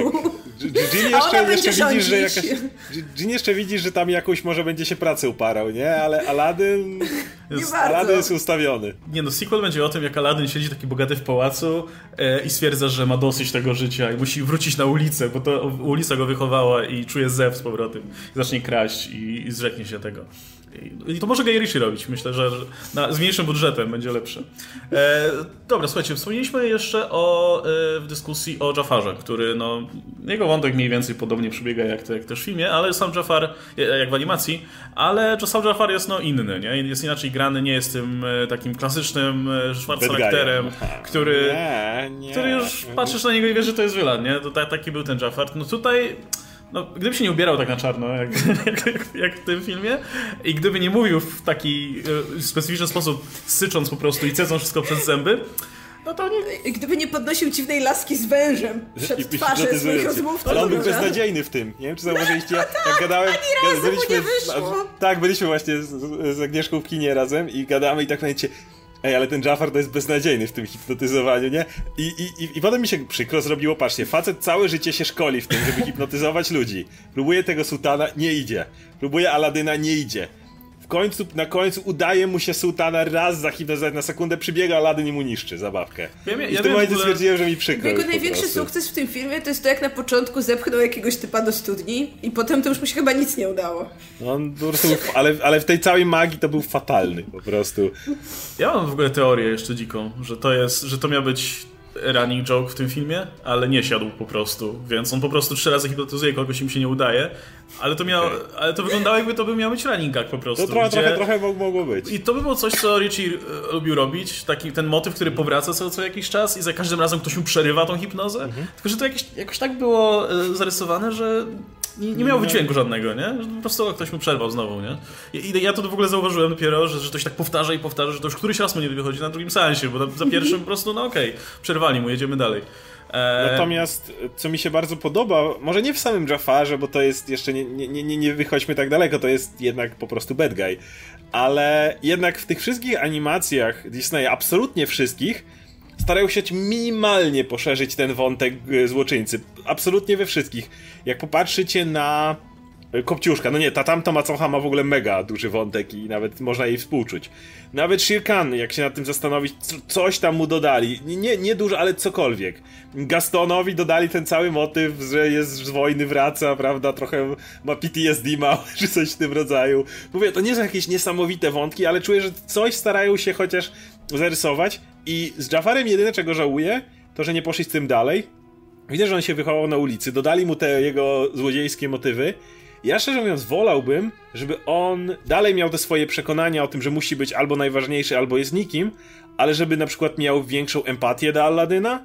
Gin jeszcze widzisz, że tam jakoś może będzie się pracę uparał, nie? Ale Aladdin jest ustawiony. Nie no, sequel będzie o tym, jak Aladdin siedzi taki bogaty w pałacu i stwierdza, że ma dosyć tego życia i musi wrócić na ulicę, bo to ulica go wychowała i czuje zew z powrotem. I zacznie kraść i zrzeknie się tego. I to może Guy Ritchie robić. Myślę, że z mniejszym budżetem będzie lepsze. Dobra, słuchajcie, wspomnieliśmy jeszcze w dyskusji o Jafarze, który, no, jego wątek mniej więcej podobnie przebiega jak też w filmie, ale sam Jafar, jak w animacji, ale sam Jafar jest inny, nie? Jest inaczej grany, nie jest tym takim klasycznym charakterem, który już patrzysz na niego i wiesz, że to jest wilan, nie? To taki był ten Jafar. No tutaj... No, gdyby się nie ubierał tak na czarno, jak w tym filmie, i gdyby nie mówił w taki specyficzny sposób, sycząc po prostu i cedząc wszystko przez zęby, No to nie... Gdyby nie podnosił dziwnej laski z wężem przed twarzę swoich rozmówców. Ale on był beznadziejny w tym. Nie wiem, czy zauważyliście, jak gadałem... Byliśmy właśnie z Agnieszką w kinie razem i gadamy i tak mówicie, ale ten Jafar to jest beznadziejny w tym hipnotyzowaniu, nie? I potem mi się przykro zrobiło, patrzcie, facet całe życie się szkoli w tym, żeby hipnotyzować ludzi. Próbuje tego sułtana, nie idzie. Próbuje Aladyna, nie idzie. Na końcu udaje mu się sułtana raz zahipnotyzować na sekundę, przybiega Aladyn i mu niszczy zabawkę. I w tym momencie stwierdziłem, że mi przykro. Jego największy sukces w tym filmie to jest to, jak na początku zepchnął jakiegoś typa do studni i potem to już mu się chyba nic nie udało. No, on po prostu, ale w tej całej magii to był fatalny po prostu. Ja mam w ogóle teorię jeszcze dziką, że to miał być running joke w tym filmie, ale nie siadł po prostu, więc on po prostu 3 razy hipnotyzuje kogoś, im się nie udaje, ale to wyglądało, jakby to by miał być running gag po prostu. To trochę mogło być. I to by było coś, co Ritchie lubił robić, ten motyw, który powraca co jakiś czas i za każdym razem ktoś mu przerywa tą hipnozę, tylko że to jakoś tak było zarysowane, że nie miało wydźwięku żadnego, nie? Że po prostu ktoś mu przerwał znowu, nie? I ja to w ogóle zauważyłem dopiero, że to się tak powtarza i powtarza, że to już któryś raz mu nie wychodzi na drugim seansie, bo za pierwszym po prostu, przerwali mu, jedziemy dalej. Natomiast, co mi się bardzo podoba, może nie w samym Jafarze, bo to jest jeszcze, nie wychodźmy tak daleko, to jest jednak po prostu bad guy, ale jednak w tych wszystkich animacjach Disneya, absolutnie wszystkich, starają się minimalnie poszerzyć ten wątek złoczyńcy. Absolutnie we wszystkich. Jak popatrzycie na Kopciuszka, ta tamta macocha ma w ogóle mega duży wątek i nawet można jej współczuć. Nawet Shere Khan, jak się nad tym zastanowić, coś tam mu dodali. Nie dużo, ale cokolwiek. Gastonowi dodali ten cały motyw, że jest z wojny, wraca, prawda, trochę ma PTSD mały, czy coś w tym rodzaju. Mówię, to nie są jakieś niesamowite wątki, ale czuję, że coś starają się chociaż zarysować i z Jafarem jedyne, czego żałuję, to, że nie poszli z tym dalej. Widzę, że on się wychował na ulicy, dodali mu te jego złodziejskie motywy. Ja szczerze mówiąc wolałbym, żeby on dalej miał te swoje przekonania o tym, że musi być albo najważniejszy, albo jest nikim, ale żeby na przykład miał większą empatię do Aladyna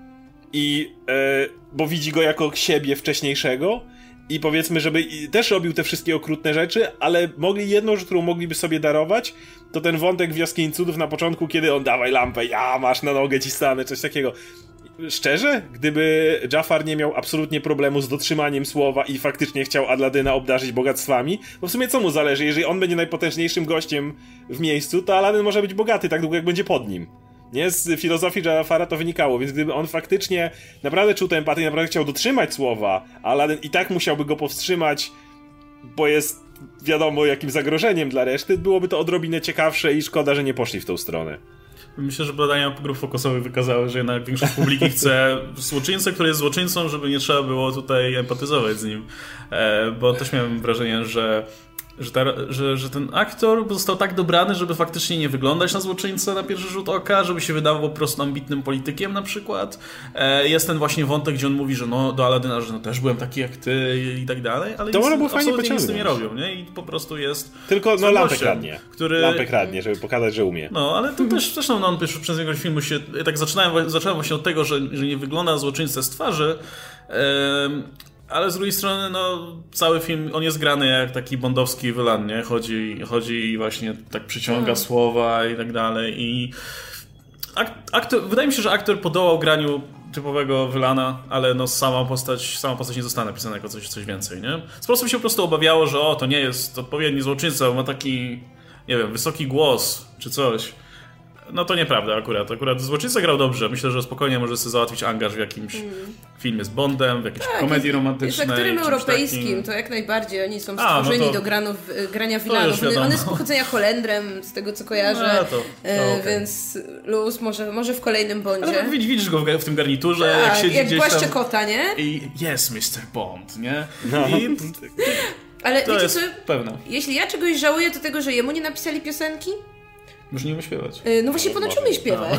bo widzi go jako siebie wcześniejszego i powiedzmy, żeby też robił te wszystkie okrutne rzeczy, ale jedną rzecz, którą mogliby sobie darować, to ten wątek w Jaskini Cudów na początku, kiedy on dawaj lampę, masz na nogę ci stanę, coś takiego. Szczerze, gdyby Jafar nie miał absolutnie problemu z dotrzymaniem słowa i faktycznie chciał Aladyna obdarzyć bogactwami, bo w sumie co mu zależy, jeżeli on będzie najpotężniejszym gościem w miejscu, to Aladyn może być bogaty tak długo, jak będzie pod nim. Nie? Z filozofii Jafara to wynikało, więc gdyby on faktycznie naprawdę czuł tę empatię i naprawdę chciał dotrzymać słowa, a Aladyn i tak musiałby go powstrzymać, bo jest wiadomo jakim zagrożeniem dla reszty, byłoby to odrobinę ciekawsze i szkoda, że nie poszli w tą stronę. Myślę, że badania grup fokusowych wykazały, że jednak większość publiki chce złoczyńcę, który jest złoczyńcą, żeby nie trzeba było tutaj empatyzować z nim. Bo też miałem wrażenie, że ten aktor został tak dobrany, żeby faktycznie nie wyglądać na złoczyńcę na pierwszy rzut oka, żeby się wydawał po prostu ambitnym politykiem na przykład. Jest ten właśnie wątek, gdzie on mówi, że do Aladyna, że też byłem taki jak ty i tak dalej, ale to było fajnie absolutnie nic z tym nie robią, nie? I po prostu jest... Tylko lampę kradnie. Lampę kradnie, żeby pokazać, że umie. Ale to też on przez większość filmu się... Tak zacząłem właśnie od tego, że nie wygląda na złoczyńcę z twarzy, ale z drugiej strony, cały film, on jest grany jak taki bondowski wylan, nie? Chodzi i właśnie tak przyciąga słowa i tak dalej. I wydaje mi się, że aktor podołał graniu typowego wylana, ale sama postać nie została napisana jako coś więcej, nie? Sposób się po prostu obawiało, że to nie jest odpowiedni złoczyńca, bo ma taki, nie wiem, wysoki głos czy coś. No to nieprawda akurat. Złoczyńca grał dobrze. Myślę, że spokojnie może sobie załatwić angaż w jakimś filmie z Bondem, w jakiejś komedii romantycznej. Z aktorem europejskim, to jak najbardziej. Oni są stworzeni do grania wilanów. On jest z pochodzenia Holendrem, z tego co kojarzę. Okay. Więc luz może w kolejnym Bondzie. Ale widzisz go w tym garniturze, jak siedzi jak gdzieś płaszcze kota, nie? I yes, Mr. Bond, nie? Ale to wiecie jest co? Pewne. Jeśli ja czegoś żałuję, to tego, że jemu nie napisali piosenki. Może nie umie śpiewać. No właśnie ponoć umie śpiewać.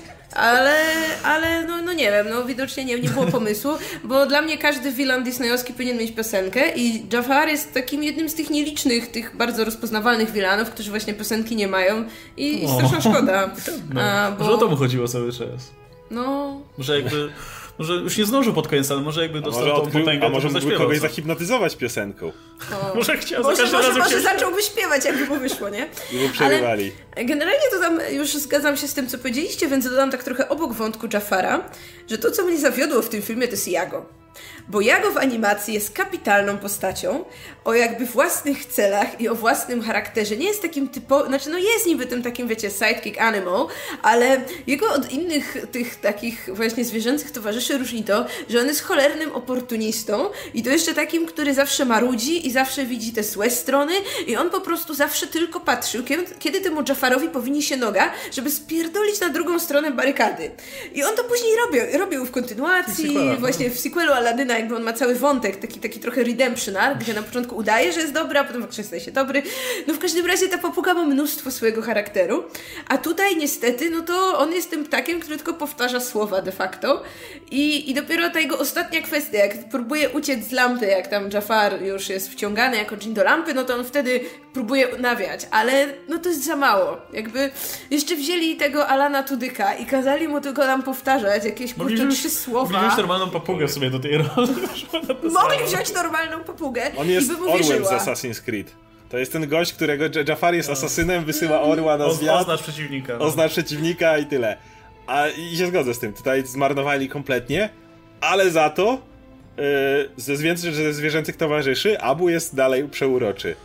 Ale nie wiem, widocznie nie było pomysłu, bo dla mnie każdy wilan disneyowski powinien mieć piosenkę i Jafar jest takim jednym z tych nielicznych, tych bardzo rozpoznawalnych wilanów, którzy właśnie piosenki nie mają i straszna szkoda. Może o to mu chodziło cały czas. No... Może jakby... Może już nie zdążył pod koniec, ale może jakby dostał tą potęgę, a może mógłby kogoś coś. zahipnotyzować piosenką. Może chciał może zacząłby śpiewać, jakby mu wyszło, nie? I mu przerywali. Ale generalnie to tam już zgadzam się z tym, co powiedzieliście, więc dodam tak trochę obok wątku Jafara, że to, co mnie zawiodło w tym filmie, to jest Iago. Bo Iago w animacji jest kapitalną postacią o jakby własnych celach i o własnym charakterze. Nie jest takim typowym, znaczy no jest niby tym takim, wiecie, sidekick animal, ale jego od innych tych takich właśnie zwierzęcych towarzyszy różni to, że on jest cholernym oportunistą i to jeszcze takim, który zawsze marudzi i zawsze widzi te złe strony i on po prostu zawsze tylko patrzył, kiedy temu Jafarowi powinni się noga, żeby spierdolić na drugą stronę barykady. I on to później robił w kontynuacji, właśnie w sequelu Aladyna, jakby on ma cały wątek, taki trochę redemption arc, gdzie na początku udaje, że jest dobry, a potem faktycznie staje się dobry. No w każdym razie ta papuga ma mnóstwo swojego charakteru, a tutaj niestety, no to on jest tym ptakiem, który tylko powtarza słowa de facto i dopiero ta jego ostatnia kwestia, jak próbuje uciec z lampy, jak tam Jafar już jest wciągany jako dżin do lampy, no to on wtedy próbuje nawiać, ale no to jest za mało. Jakby jeszcze wzięli tego Alana Tudyka i kazali mu tylko tam powtarzać jakieś kurczę 3 słowa. Mogli wziąć normalną papugę sobie do tej roli. Mogli wziąć normalną papugę. On jest i by mu orłem wierzyła. z Assassin's Creed. To jest ten gość, którego Jafar jest asasynem, wysyła orła na zwiat. Oznacz przeciwnika. No. Oznacz przeciwnika i tyle. I się zgodzę z tym. Tutaj zmarnowali kompletnie, ale za to ze zwierzęcych towarzyszy Abu jest dalej przeuroczy.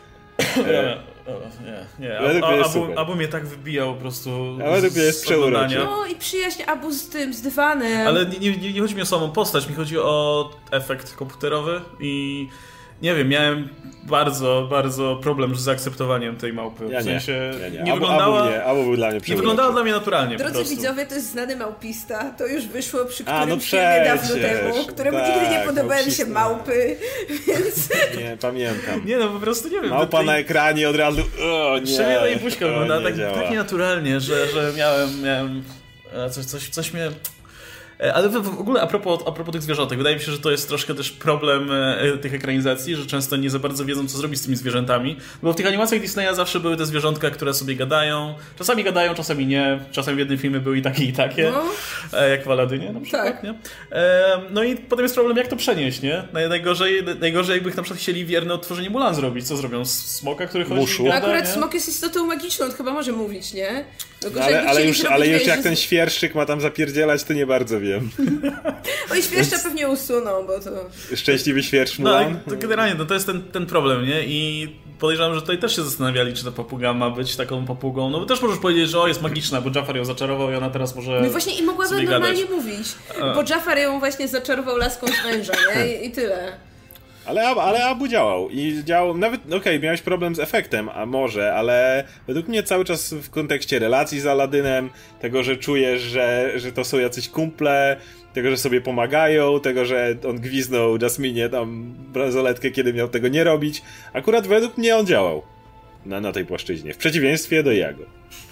Nie. Abu mnie tak wybijał po prostu. Według mnie jest przeuroczy. No i przyjaźń Abu z dywanem. Ale nie chodzi mi o samą postać, mi chodzi o efekt komputerowy i nie wiem, miałem bardzo, bardzo problem z zaakceptowaniem tej małpy. Ja w sensie nie wyglądała. Abu był dla mnie przeuroczy. Nie wyglądała dla mnie naturalnie. Drodzy widzowie, to jest znany małpista. To już wyszło przy no którymś filmie dawno temu, któremu nigdy nie podobały się małpy, więc... Nie, pamiętam. Nie, no po prostu nie wiem. Małpa na ekranie od razu... Przynajmniej ta jej buźka wyglądała tak nienaturalnie, że miałem coś mnie... Ale w ogóle a propos tych zwierzątek, wydaje mi się, że to jest troszkę też problem tych ekranizacji, że często nie za bardzo wiedzą, co zrobić z tymi zwierzętami. Bo w tych animacjach Disneya zawsze były te zwierzątka, które sobie gadają. Czasami gadają, czasami nie. Czasami w jednym filmie były i takie, i takie. No. Jak w Aladynie na przykład, tak. Nie? No i potem jest problem, jak to przenieść, nie? Najgorzej jakby na przykład chcieli wierne odtworzenie Mulan zrobić. Co zrobią? Smoka, który chodzi i gada, akurat nie? smok jest istotą magiczną, on chyba może mówić, nie? No, ale już jak ten świerszczyk ma tam zapierdzielać, to nie bardzo wiem. Oj, świerszcza pewnie usuną, bo to... Szczęśliwy świerszcz Mulan? No, to generalnie to jest ten problem, nie? I podejrzewam, że tutaj też się zastanawiali, czy ta papuga ma być taką papugą. No bo też możesz powiedzieć, że jest magiczna, bo Jafar ją zaczarował i ona teraz może. No właśnie i mogłaby normalnie mówić. Bo Jafar ją właśnie zaczarował laską z węża, nie? I tyle. Ale Abu działał i działał, nawet, miałeś problem z efektem, a może, ale według mnie cały czas w kontekście relacji z Aladynem, tego, że czujesz, że to są jacyś kumple, tego, że sobie pomagają, tego, że on gwizdnął Jasminie tam bransoletkę, kiedy miał tego nie robić, akurat według mnie on działał na tej płaszczyźnie, w przeciwieństwie do Iago.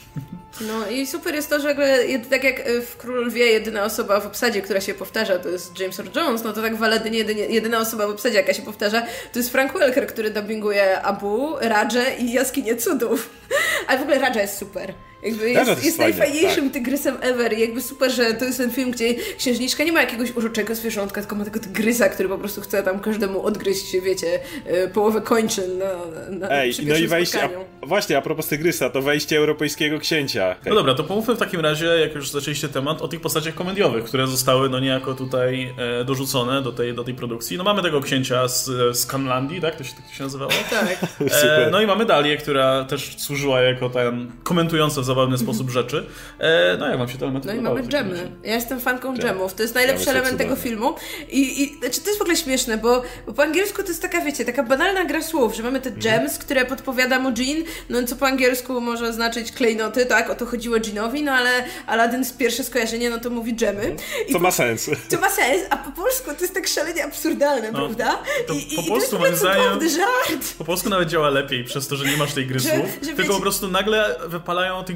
No i super jest to, że tak jak w Królu Lwie jedyna osoba w obsadzie, która się powtarza, to jest James Earl Jones, no to tak w Aladynie jedyna osoba w obsadzie, jaka się powtarza, to jest Frank Welker, który dubbinguje Abu, Radżę i Jaskinię Cudów. Ale w ogóle Radża jest super. Jakby jest najfajniejszym tygrysem ever i jakby super, że to jest ten film, gdzie księżniczka nie ma jakiegoś uroczego zwierzątka, tylko ma tego tygrysa, który po prostu chce tam każdemu odgryźć, wiecie, połowę kończyn przy pierwszym spotkaniu. Właśnie, a propos tygrysa, to wejście europejskiego księcia. No dobra, to pomówmy w takim razie, jak już zaczęliście temat, o tych postaciach komediowych, które zostały niejako tutaj dorzucone do tej produkcji. No mamy tego księcia z Canlandii, tak? To się nazywało? Tak. No i mamy Dalię, która też służyła jako ten komentująca w zabawny sposób rzeczy. No jak wam się te elementy podobały? No i mamy dżemy. Ja jestem fanką dżemów. To jest najlepszy element tego filmu. I znaczy, to jest w ogóle śmieszne, bo po angielsku to jest taka, wiecie, taka banalna gra słów, że mamy te gems, które podpowiada mu Dżin, no co po angielsku może oznaczyć klejnoty, tak? O to chodziło Dżinowi, no ale Aladdin z pierwsze skojarzenie, no to mówi dżemy. To ma sens. To ma sens, a po polsku to jest tak szalenie absurdalne, prawda? Po polsku moim zdaniem żart. Po polsku nawet działa lepiej, przez to, że nie masz tej gry słów, tylko po prostu nagle wypalają o tych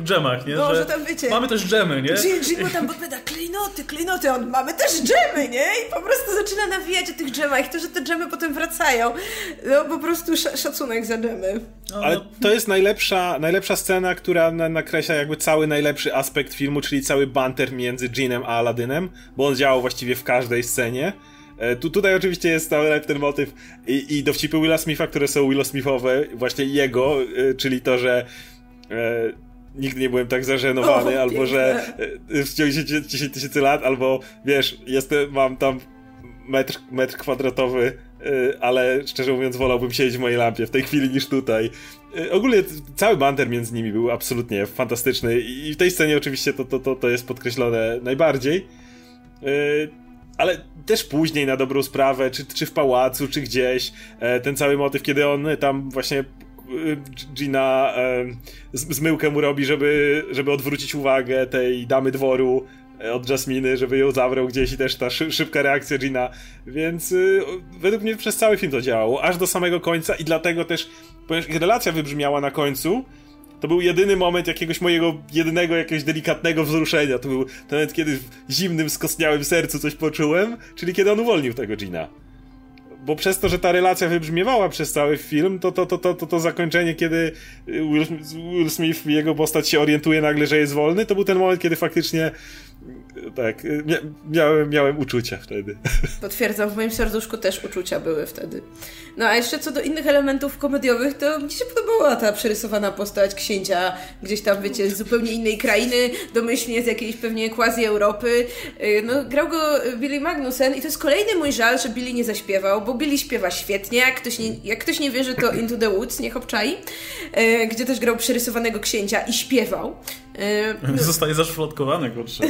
tych dżemach, nie? No, że tam wiecie... Mamy też dżemy, nie? Jim tam podpowiada, klejnoty, on mamy też dżemy, nie? I po prostu zaczyna nawijać o tych dżemach i to, że te dżemy potem wracają. No po prostu szacunek za dżemy. Ale to jest najlepsza scena, która nakreśla jakby cały najlepszy aspekt filmu, czyli cały banter między Jeanem a Aladynem, bo on działał właściwie w każdej scenie. Tutaj oczywiście jest cały ten motyw i dowcipy Willa Smitha, które są Willow-Smithowe, właśnie jego, czyli to, że nigdy nie byłem tak zażenowany, albo piękne. Że w ciągu 10 000 lat, albo wiesz, mam tam metr kwadratowy, ale szczerze mówiąc wolałbym siedzieć w mojej lampie w tej chwili niż tutaj. Ogólnie cały banter między nimi był absolutnie fantastyczny i w tej scenie oczywiście to jest podkreślone najbardziej. Ale też później na dobrą sprawę, czy w pałacu, czy gdzieś, ten cały motyw, kiedy on tam właśnie Gina zmyłkę mu robi, żeby odwrócić uwagę tej damy dworu od Jasminy, żeby ją zabrał gdzieś i też ta szybka reakcja Gina, więc według mnie przez cały film to działało, aż do samego końca i dlatego też, ponieważ ich relacja wybrzmiała na końcu, to był jedyny moment jakiegoś delikatnego wzruszenia. To był ten moment, kiedy w zimnym, skostniałym sercu coś poczułem, czyli kiedy on uwolnił tego Gina. Bo przez to, że ta relacja wybrzmiewała przez cały film, to zakończenie, kiedy Will Smith i jego postać się orientuje nagle, że jest wolny, to był ten moment, kiedy faktycznie tak, miałem uczucia wtedy. Potwierdzam, w moim serduszku też uczucia były wtedy. No a jeszcze co do innych elementów komediowych, to mi się podobała ta przerysowana postać księcia, gdzieś tam, wiecie, z zupełnie innej krainy, domyślnie z jakiejś pewnie quasi-Europy. No, grał go Billy Magnussen i to jest kolejny mój żal, że Billy nie zaśpiewał, bo Billy śpiewa świetnie, jak ktoś nie wierzy, to Into the Woods, niech obczai, gdzie też grał przerysowanego księcia i śpiewał. Zostaje zaszufladkowany, kurczę.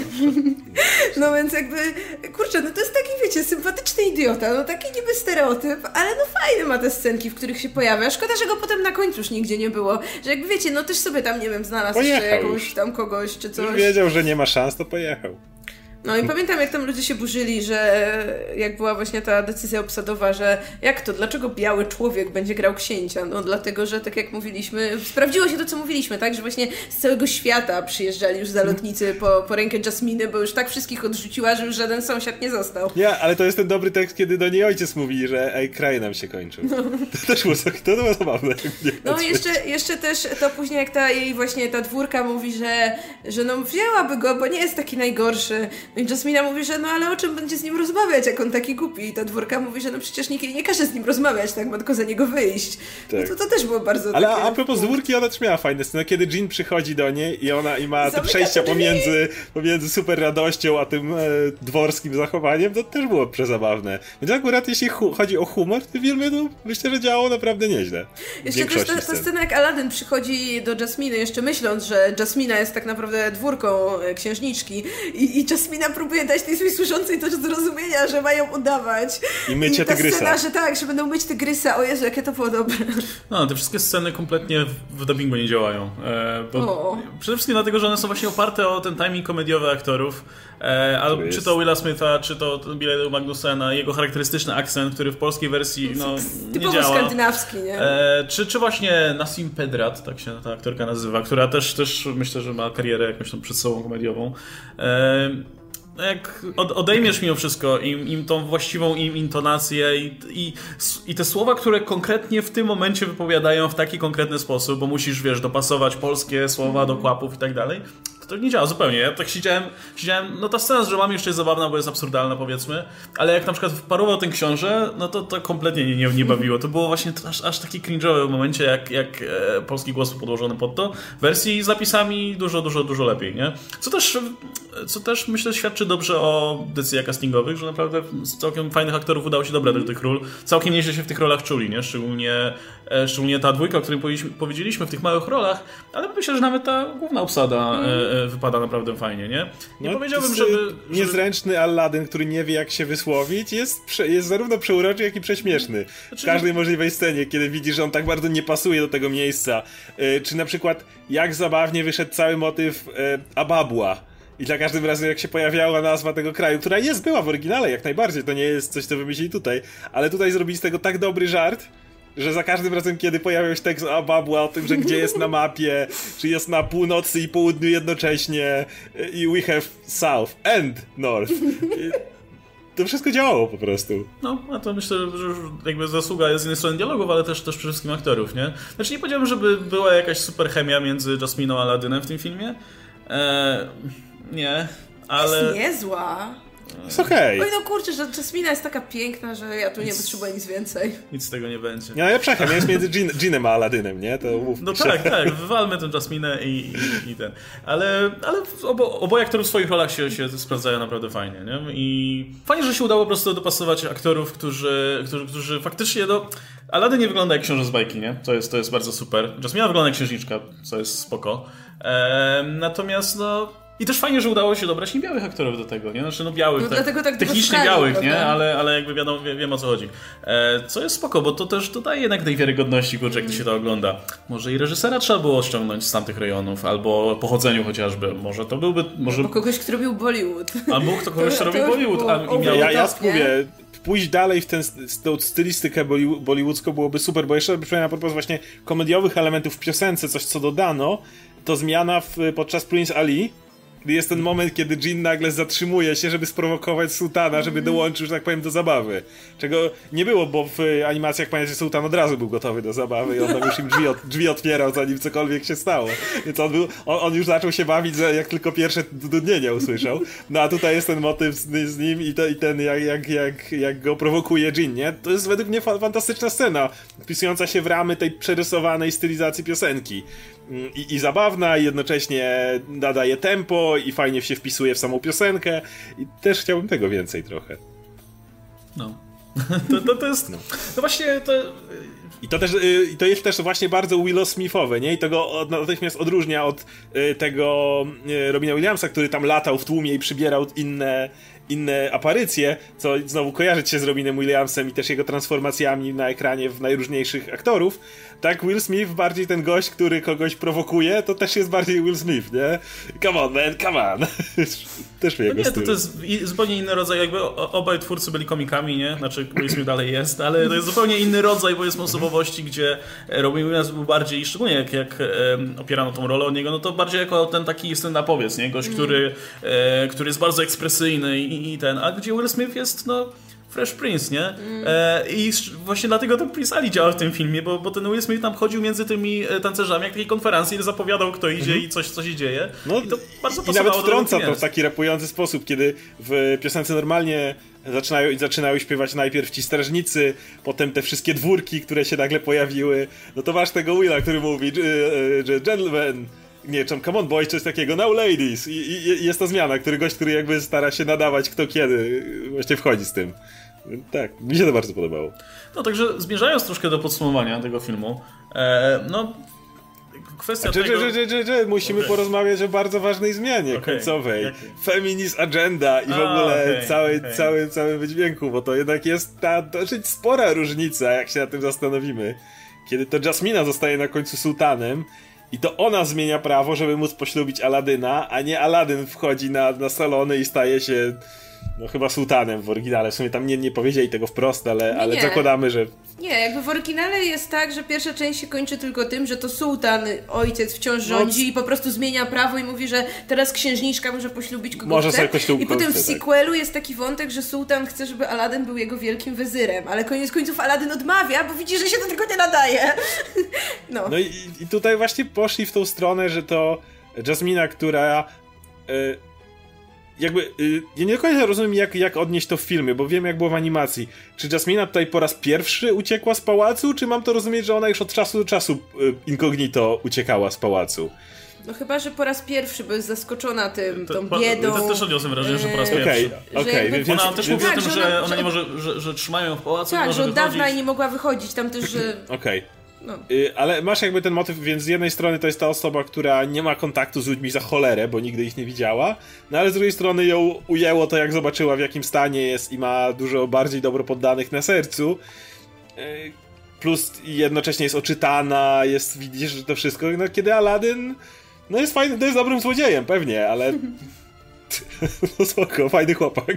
No więc jakby, kurczę, no to jest taki, wiecie, sympatyczny idiota, no taki niby stereotyp, ale no fajny ma te scenki, w których się pojawia. Szkoda, że go potem na końcu już nigdzie nie było. Że jakby wiecie, no też sobie tam, nie wiem, znalazł jeszcze jakąś tam kogoś, czy coś. Już wiedział, że nie ma szans, to pojechał. No i pamiętam, jak tam ludzie się burzyli, że jak była właśnie ta decyzja obsadowa, że jak to, dlaczego biały człowiek będzie grał księcia? No dlatego, że tak jak mówiliśmy, sprawdziło się to, co mówiliśmy, tak? Że właśnie z całego świata przyjeżdżali już zalotnicy po rękę Jasminy, bo już tak wszystkich odrzuciła, że już żaden sąsiad nie został. Nie, ale to jest ten dobry tekst, kiedy do niej ojciec mówi, że kraj nam się kończył. No. To też było zabawne. No jeszcze też to później, jak ta dwórka mówi, że no wzięłaby go, bo nie jest taki najgorszy. No i Jasmina mówi, że no ale o czym będzie z nim rozmawiać, jak on taki głupi? I ta dwórka mówi, że no przecież nikt nie każe z nim rozmawiać, tak, ma tylko za niego wyjść. Tak. No to też było bardzo ale takie... a propos dwórki, ona też miała fajne sceny, kiedy Jean przychodzi do niej i ona ma te przejścia pomiędzy super radością a tym dworskim zachowaniem, to też było przezabawne. Więc akurat jeśli chodzi o humor w tym filmie, to myślę, że działało naprawdę nieźle. Jeszcze też ta scena, jak Aladdin przychodzi do Jasminy, jeszcze myśląc, że Jasmina jest tak naprawdę dwórką księżniczki i Jasmina próbuje dać tej swojej służącej to zrozumienia, że mają udawać. I mycie tygrysa. Scena, że tak, że będą myć tygrysa. O Jezu, jakie to było dobre. No, te wszystkie sceny kompletnie w dubbingu nie działają. Przede wszystkim dlatego, że one są właśnie oparte o ten timing komediowy aktorów. Czy to Willa Smitha, czy to Billy'ego Magnussena, jego charakterystyczny akcent, który w polskiej wersji nie typowo działa. skandynawski, nie? Czy właśnie Nasim Pedrad, tak się ta aktorka nazywa, która też myślę, że ma karierę jakąś tam przed sobą komediową. Jak odejmiesz mimo wszystko im tą właściwą intonację i te słowa, które konkretnie w tym momencie wypowiadają w taki konkretny sposób, bo musisz, wiesz, dopasować polskie słowa do kłapów i tak dalej, to nie działa zupełnie. Ja tak siedziałem, no ta scena z drzewami jeszcze jest zabawna, bo jest absurdalna, powiedzmy, ale jak na przykład wparował ten książę, no to kompletnie nie bawiło. To było właśnie aż taki cringe'owy w momencie, jak polski głos był podłożony pod to. W wersji z napisami dużo lepiej, nie? Co też myślę świadczy dobrze o decyzjach castingowych, że naprawdę całkiem fajnych aktorów udało się dobrać do tych ról. Całkiem nieźle się w tych rolach czuli, nie? Szczególnie ta dwójka, o której powiedzieliśmy w tych małych rolach, ale myślę, że nawet ta główna obsada wypada naprawdę fajnie, nie? Nie powiedziałbym, żeby... Niezręczny Aladdin, który nie wie, jak się wysłowić, jest zarówno przeuroczy, jak i prześmieszny. W każdej możliwej scenie, kiedy widzisz, że on tak bardzo nie pasuje do tego miejsca. Czy na przykład, jak zabawnie wyszedł cały motyw Ababła. I za każdym razem, jak się pojawiała nazwa tego kraju, która była w oryginale, jak najbardziej, to nie jest coś, co wymyślili tutaj, ale tutaj zrobili z tego tak dobry żart, że za każdym razem, kiedy pojawiał się tekst Ababła o tym, że gdzie jest na mapie, czy jest na północy i południu jednocześnie i we have south and north. To wszystko działało po prostu. No, a to myślę, że już jakby zasługa jest z jednej strony dialogów, ale też przede wszystkim aktorów, nie? Znaczy nie powiedziałbym, żeby była jakaś super chemia między Jasminą a Aladynem w tym filmie. Nie, ale... Jest niezła. Jest okej. Oj, no kurczę, że Jasmina jest taka piękna, że ja tu nie potrzebuję nic więcej. Nic z tego nie będzie. Nie, najlepsza chemia jest między Jeanem a Aladynem, nie? To no tak, wywalmy tę Jasminę i ten. Ale oboje aktorów w swoich rolach się sprawdzają naprawdę fajnie, nie? I fajnie, że się udało po prostu dopasować aktorów, którzy faktycznie, no... Aladyn nie wygląda jak książę z bajki, nie? To jest bardzo super. Jasmina wygląda jak księżniczka, co jest spoko. Natomiast, no... I też fajnie, że udało się dobrać niebiałych aktorów do tego, nie? Znaczy, no białych, no, tak technicznie białych, nie? Ale jakby wiem o co chodzi. Co jest spoko, bo to też dodaje jednak tej wiarygodności, kurczę, jak się to ogląda. Może i reżysera trzeba było ściągnąć z tamtych rejonów, albo pochodzeniu chociażby. Może to byłby... Albo kogoś, kto robił Bollywood. Albo kogoś, kto robił Bollywood. Ja mówię, pójść dalej w tą stylistykę bollywoodzką byłoby super, bo jeszcze przynajmniej a propos właśnie komediowych elementów w piosence, coś co dodano, to zmiana podczas Prince Ali. Jest ten moment, kiedy Jin nagle zatrzymuje się, żeby sprowokować sułtana, żeby dołączył, że tak powiem, do zabawy. Czego nie było, bo w animacjach pamiętacie, sułtan od razu był gotowy do zabawy i on tam już im drzwi otwierał, zanim cokolwiek się stało. Więc on już zaczął się bawić, jak tylko pierwsze dudnienia usłyszał. No a tutaj jest ten motyw z nim i ten jak go prowokuje Jin, nie? To jest według mnie fantastyczna scena, wpisująca się w ramy tej przerysowanej stylizacji piosenki. I zabawna, i jednocześnie nadaje tempo i fajnie się wpisuje w samą piosenkę i też chciałbym tego więcej trochę. No. To jest... No właśnie to... I to jest też właśnie bardzo Willow Smithowe, nie? I to go natychmiast odróżnia od tego Robina Williamsa, który tam latał w tłumie i przybierał inne aparycje, co znowu kojarzyć się z Robinem Williamsem i też jego transformacjami na ekranie w najróżniejszych aktorów. Tak, Will Smith, bardziej ten gość, który kogoś prowokuje, to też jest bardziej Will Smith, nie? Come on, man, come on. Też w jego stylu. To jest zupełnie inny rodzaj, jakby obaj twórcy byli komikami, nie? Znaczy Will Smith dalej jest, ale to jest zupełnie inny rodzaj, powiedzmy, osobowości, gdzie Robin Williams był bardziej, szczególnie jak opierano tą rolę od niego, no to bardziej jako ten taki stand-upowiec, nie? Gość, który jest bardzo ekspresyjny i ten, a gdzie Will Smith jest, no... Fresh Prince, nie? I właśnie dlatego ten Prince Ali działa w tym filmie, bo ten Will Smith tam chodził między tymi tancerzami jak takiej konferencji i zapowiadał, kto idzie i coś się dzieje. No, i to bardzo i nawet wtrąca to w taki rapujący sposób, kiedy w piosence normalnie zaczynają śpiewać najpierw ci strażnicy, potem te wszystkie dwórki, które się nagle pojawiły. No to masz tego Willa, który mówi, że gentlemen, nie, come on boys, coś takiego, now ladies. I jest to zmiana, gość, który jakby stara się nadawać kto kiedy właśnie wchodzi z tym. Tak, mi się to bardzo podobało. No także zmierzając troszkę do podsumowania tego filmu, no kwestia tego... Musimy porozmawiać o bardzo ważnej zmianie końcowej. Feminist agenda i w ogóle całym wydźwięku, bo to jednak jest ta dosyć spora różnica, jak się na tym zastanowimy. Kiedy to Jasmina zostaje na końcu sułtanem i to ona zmienia prawo, żeby móc poślubić Aladyna, a nie Aladyn wchodzi na salony i staje się... No chyba sułtanem w oryginale, w sumie tam nie powiedzieli tego wprost, ale zakładamy, że... Nie, jakby w oryginale jest tak, że pierwsza część się kończy tylko tym, że to sułtan, ojciec wciąż rządzi i po prostu zmienia prawo i mówi, że teraz księżniczka może poślubić kogo chce. I potem w sequelu jest taki wątek, że sułtan chce, żeby Aladyn był jego wielkim wezyrem, ale koniec końców Aladyn odmawia, bo widzi, że się do tego nie nadaje. No i tutaj właśnie poszli w tą stronę, że to Jasmina, która... ja nie do końca rozumiem, jak odnieść to w filmie, bo wiem, jak było w animacji. Czy Jasmina tutaj po raz pierwszy uciekła z pałacu, czy mam to rozumieć, że ona już od czasu do czasu incognito uciekała z pałacu? No chyba, że po raz pierwszy, bo jest zaskoczona tą biedą. Ja też odniosłem wrażenie, że po raz pierwszy. Więc ona też mówi o tym, że ona nie może, że trzymają ją w pałacu, tak, nie może że od dawna wychodzić. nie mogła wychodzić, tam też, że... No. Ale masz jakby ten motyw, więc z jednej strony to jest ta osoba, która nie ma kontaktu z ludźmi za cholerę, bo nigdy ich nie widziała, no ale z drugiej strony ją ujęło to, jak zobaczyła, w jakim stanie jest i ma dużo bardziej dobro poddanych na sercu. Plus jednocześnie jest oczytana, widzisz, że to wszystko, no kiedy Aladyn, no jest fajny, to jest dobrym złodziejem, pewnie, ale no spoko, fajny chłopak.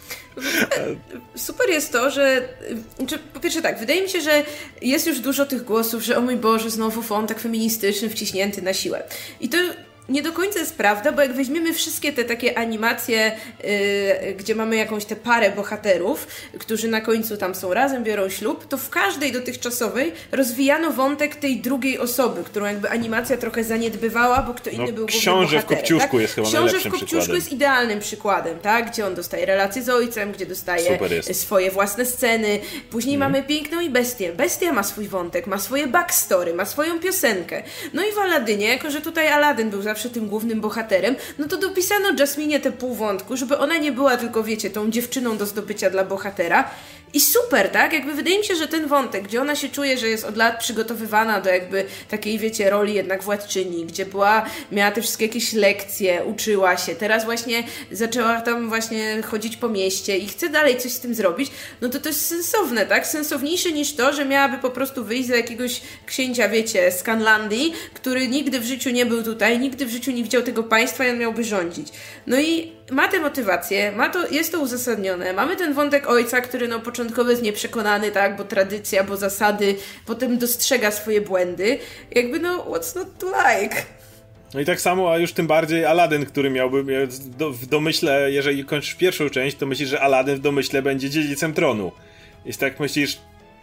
Super jest to, że po pierwsze tak, wydaje mi się, że jest już dużo tych głosów, że o mój Boże, znowu wątek feministyczny wciśnięty na siłę. I to nie do końca jest prawda, bo jak weźmiemy wszystkie te takie animacje, gdzie mamy jakąś tę parę bohaterów, którzy na końcu tam są razem, biorą ślub, to w każdej dotychczasowej rozwijano wątek tej drugiej osoby, którą jakby animacja trochę zaniedbywała, bo kto inny był głównym bohaterem. Książę w Kopciuszku tak? Jest chyba najlepszym przykładem. Książę w Kopciuszku jest idealnym przykładem, tak? Gdzie on dostaje relacje z ojcem, gdzie dostaje swoje własne sceny. Później mamy Piękną i Bestię. Bestia ma swój wątek, ma swoje backstory, ma swoją piosenkę. No i w Aladynie, jako że tutaj Aladyn był zawsze tym głównym bohaterem, no to dopisano Jasminie te półwątku, żeby ona nie była tylko, wiecie, tą dziewczyną do zdobycia dla bohatera. I super, tak? Jakby wydaje mi się, że ten wątek, gdzie ona się czuje, że jest od lat przygotowywana do jakby takiej, wiecie, roli jednak władczyni, gdzie miała te wszystkie jakieś lekcje, uczyła się, teraz właśnie zaczęła tam właśnie chodzić po mieście i chce dalej coś z tym zrobić, no to jest sensowne, tak? Sensowniejsze niż to, że miałaby po prostu wyjść za jakiegoś księcia, wiecie, z Kanlandii, który nigdy w życiu nie był tutaj, nigdy w życiu nie widział tego państwa i on miałby rządzić. No i ma tę motywację, jest to uzasadnione, mamy ten wątek ojca, który początkowo jest nieprzekonany, tak, bo tradycja, bo zasady, potem dostrzega swoje błędy, jakby what's not to like? No i tak samo, a już tym bardziej Aladyn, który miałby w domyśle, jeżeli kończysz pierwszą część, to myślisz, że Aladyn w domyśle będzie dziedzicem tronu. Jeśli tak myślisz,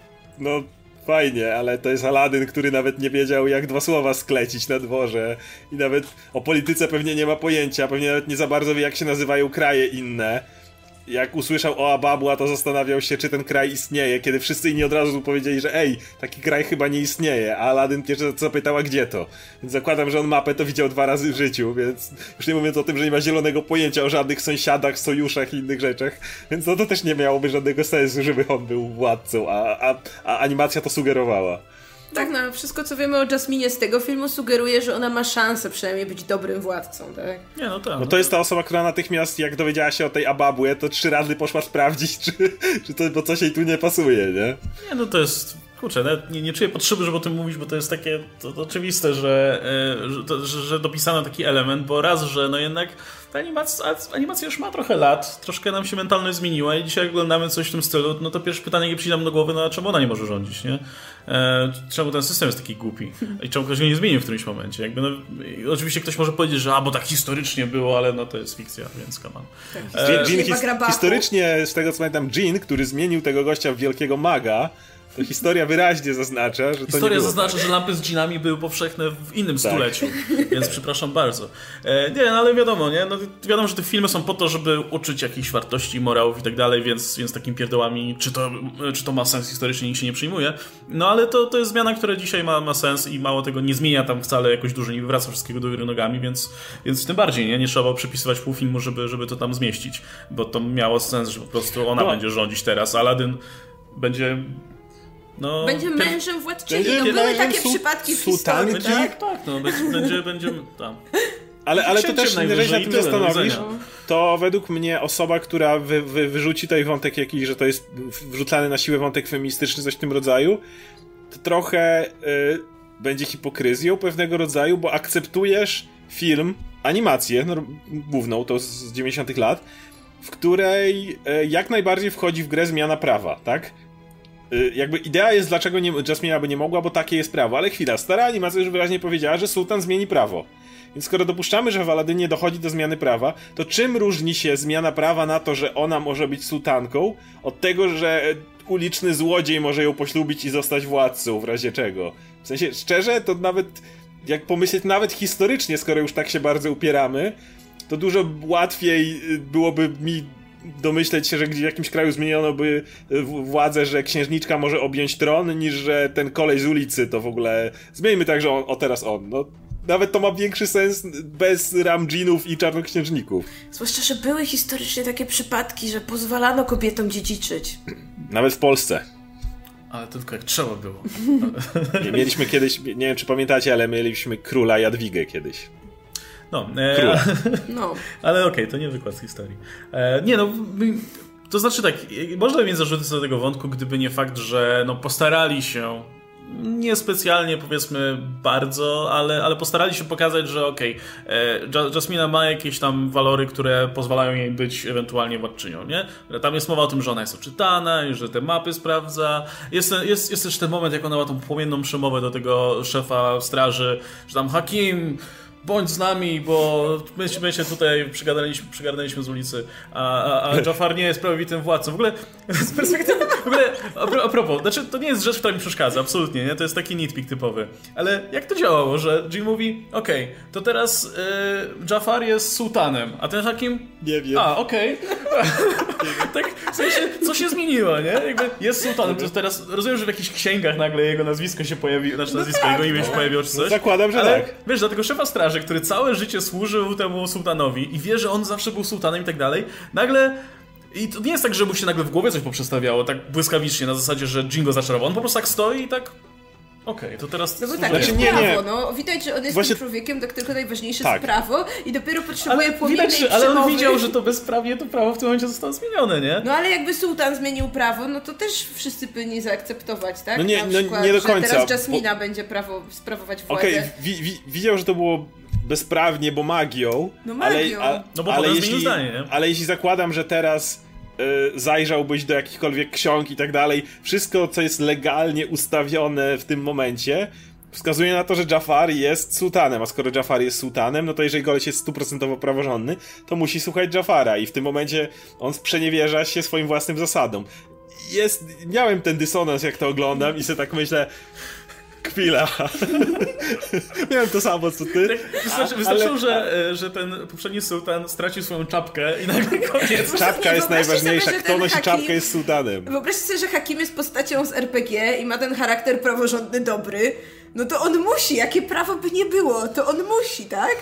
fajnie, ale to jest Aladyn, który nawet nie wiedział, jak 2 słowa sklecić na dworze i nawet o polityce pewnie nie ma pojęcia, pewnie nawet nie za bardzo wie, jak się nazywają kraje inne. Jak usłyszał o Ababła, to zastanawiał się, czy ten kraj istnieje, kiedy wszyscy inni od razu powiedzieli, że taki kraj chyba nie istnieje, a Aladyn pierwszy zapytał, a gdzie to? Więc zakładam, że on mapę to widział 2 razy w życiu, więc już nie mówiąc o tym, że nie ma zielonego pojęcia o żadnych sąsiadach, sojuszach i innych rzeczach, więc to też nie miałoby żadnego sensu, żeby on był władcą, a animacja to sugerowała. Tak, wszystko co wiemy o Jasminie z tego filmu sugeruje, że ona ma szansę przynajmniej być dobrym władcą, tak? Nie, tak. No to jest ta osoba, która natychmiast, jak dowiedziała się o tej Ababłe, to 3 razy poszła sprawdzić, czy to, bo coś jej tu nie pasuje, nie? Nie, to jest... Kurczę, nawet nie czuję potrzeby, żeby o tym mówić, bo to jest takie to oczywiste, że dopisano taki element, bo raz, że jednak ta animacja już ma trochę lat, troszkę nam się mentalność zmieniła i dzisiaj jak oglądamy coś w tym stylu, no to pierwsze pytanie, jakie przyjdzie nam do głowy, a czemu ona nie może rządzić, nie? Czemu ten system jest taki głupi? I czemu ktoś go nie zmienił w którymś momencie? Jakby, oczywiście ktoś może powiedzieć, że bo tak historycznie było, ale to jest fikcja, więc come on. Historycznie, z tego co pamiętam, Jin, który zmienił tego gościa w wielkiego maga, to historia wyraźnie zaznacza, że to historia nie było zaznacza, że lampy z dżinami były powszechne w innym stuleciu, więc przepraszam bardzo. Ale wiadomo, nie? Wiadomo, że te filmy są po to, żeby uczyć jakichś wartości, morałów i tak dalej, więc takimi pierdołami, czy to ma sens historycznie, nikt się nie przyjmuje. No ale to jest zmiana, która dzisiaj ma sens i mało tego nie zmienia tam wcale jakoś dużo, nie wywraca wszystkiego do góry nogami, więc tym bardziej, nie trzeba było przepisywać pół filmu, żeby to tam zmieścić, bo to miało sens, że po prostu ona będzie rządzić teraz, Aladyn będzie... będzie mężem władczyni. Były takie przypadki w historii, tak? Tak, będzie tam. Ale to też, jeżeli się na tym zastanowisz, to według mnie osoba, która wyrzuci tutaj wątek jakiś, że to jest wrzucany na siłę wątek feministyczny, coś w tym rodzaju, to trochę będzie hipokryzją pewnego rodzaju, bo akceptujesz film, animację główną, to z 90 lat, w której jak najbardziej wchodzi w grę zmiana prawa, tak? Jakby idea jest, dlaczego Jasmina by nie mogła, bo takie jest prawo, ale chwila, stara animacja już wyraźnie powiedziała, że sułtan zmieni prawo. Więc skoro dopuszczamy, że w Aladynie dochodzi do zmiany prawa, to czym różni się zmiana prawa na to, że ona może być sułtanką, od tego, że uliczny złodziej może ją poślubić i zostać władcą, w razie czego? W sensie, szczerze, to nawet, jak pomyśleć nawet historycznie, skoro już tak się bardzo upieramy, to dużo łatwiej byłoby mi domyśleć się, że gdzieś w jakimś kraju zmieniono by władzę, że księżniczka może objąć tron, niż że ten kolej z ulicy to w ogóle... Zmieńmy tak, że teraz on. Nawet to ma większy sens bez ram dżinów i czarnoksiężników. Zwłaszcza, że były historycznie takie przypadki, że pozwalano kobietom dziedziczyć. Nawet w Polsce. Ale to tylko jak trzeba było. Mieliśmy kiedyś, nie wiem czy pamiętacie, ale mieliśmy króla Jadwigę kiedyś. Ale okej, to nie wykład z historii. To znaczy tak, można mieć zarzuty co do tego wątku, gdyby nie fakt, że postarali się niespecjalnie, powiedzmy, bardzo, ale postarali się pokazać, że Jasmina ma jakieś tam walory, które pozwalają jej być ewentualnie władczynią, nie? Tam jest mowa o tym, że ona jest oczytana i że te mapy sprawdza. Jest też ten moment, jak ona ma tą płomienną przemowę do tego szefa straży, że tam Hakim, bądź z nami, bo my się tutaj przygarnęliśmy z ulicy, a Jafar nie jest prawowitym władcą. W ogóle z perspektywy... a propos, znaczy to nie jest rzecz, która mi przeszkadza, absolutnie, nie? To jest taki nitpick typowy. Ale jak to działało, że Jin mówi, to teraz Jafar jest sułtanem, a ten Hakim... Nie wiem. Tak, w sensie, co się zmieniło, nie? Jakby jest sułtanem, to teraz rozumiem, że w jakichś księgach nagle jego nazwisko się pojawiło, jego imię się pojawiło czy coś. Zakładam, że ale, tak. Wiesz, dla tego szefa straży, który całe życie służył temu sułtanowi i wie, że on zawsze był sułtanem i tak dalej, nagle... I to nie jest tak, że mu się nagle w głowie coś poprzestawiało, tak błyskawicznie, na zasadzie, że Jin go zaczarował. On po prostu tak stoi i tak... to teraz... No bo tak, jest prawo, no. Widać, że on jest tym człowiekiem, tak tylko najważniejsze jest prawo i dopiero potrzebuje płomiennej przemowy. Ale on widział, że to bezprawie to prawo w tym momencie zostało zmienione, nie? No ale jakby sułtan zmienił prawo, no to też wszyscy powinni zaakceptować, tak? No nie, na przykład, nie do końca. Że teraz Jasmina będzie sprawować władzę. Widział, że to było bezprawnie, bo magią. No magią. Ale jeśli zakładam, że teraz zajrzałbyś do jakichkolwiek ksiąg i tak dalej, wszystko, co jest legalnie ustawione w tym momencie, wskazuje na to, że Jafar jest sułtanem, a skoro Jafar jest sułtanem, no to jeżeli goleś jest 100% praworządny, to musi słuchać Jafara i w tym momencie on sprzeniewierza się swoim własnym zasadom. Miałem ten dysonans, jak to oglądam i sobie tak myślę, chwila. Miałem to samo, co ty. Wystarczyło, że ten poprzedni sułtan stracił swoją czapkę i nagle koniec. Czapka jest najważniejsza. Kto nosi czapkę, jest sułtanem. Wyobraźcie sobie, że Hakim jest postacią z RPG i ma ten charakter praworządny dobry. No to on musi. Jakie prawo by nie było, to on musi, tak?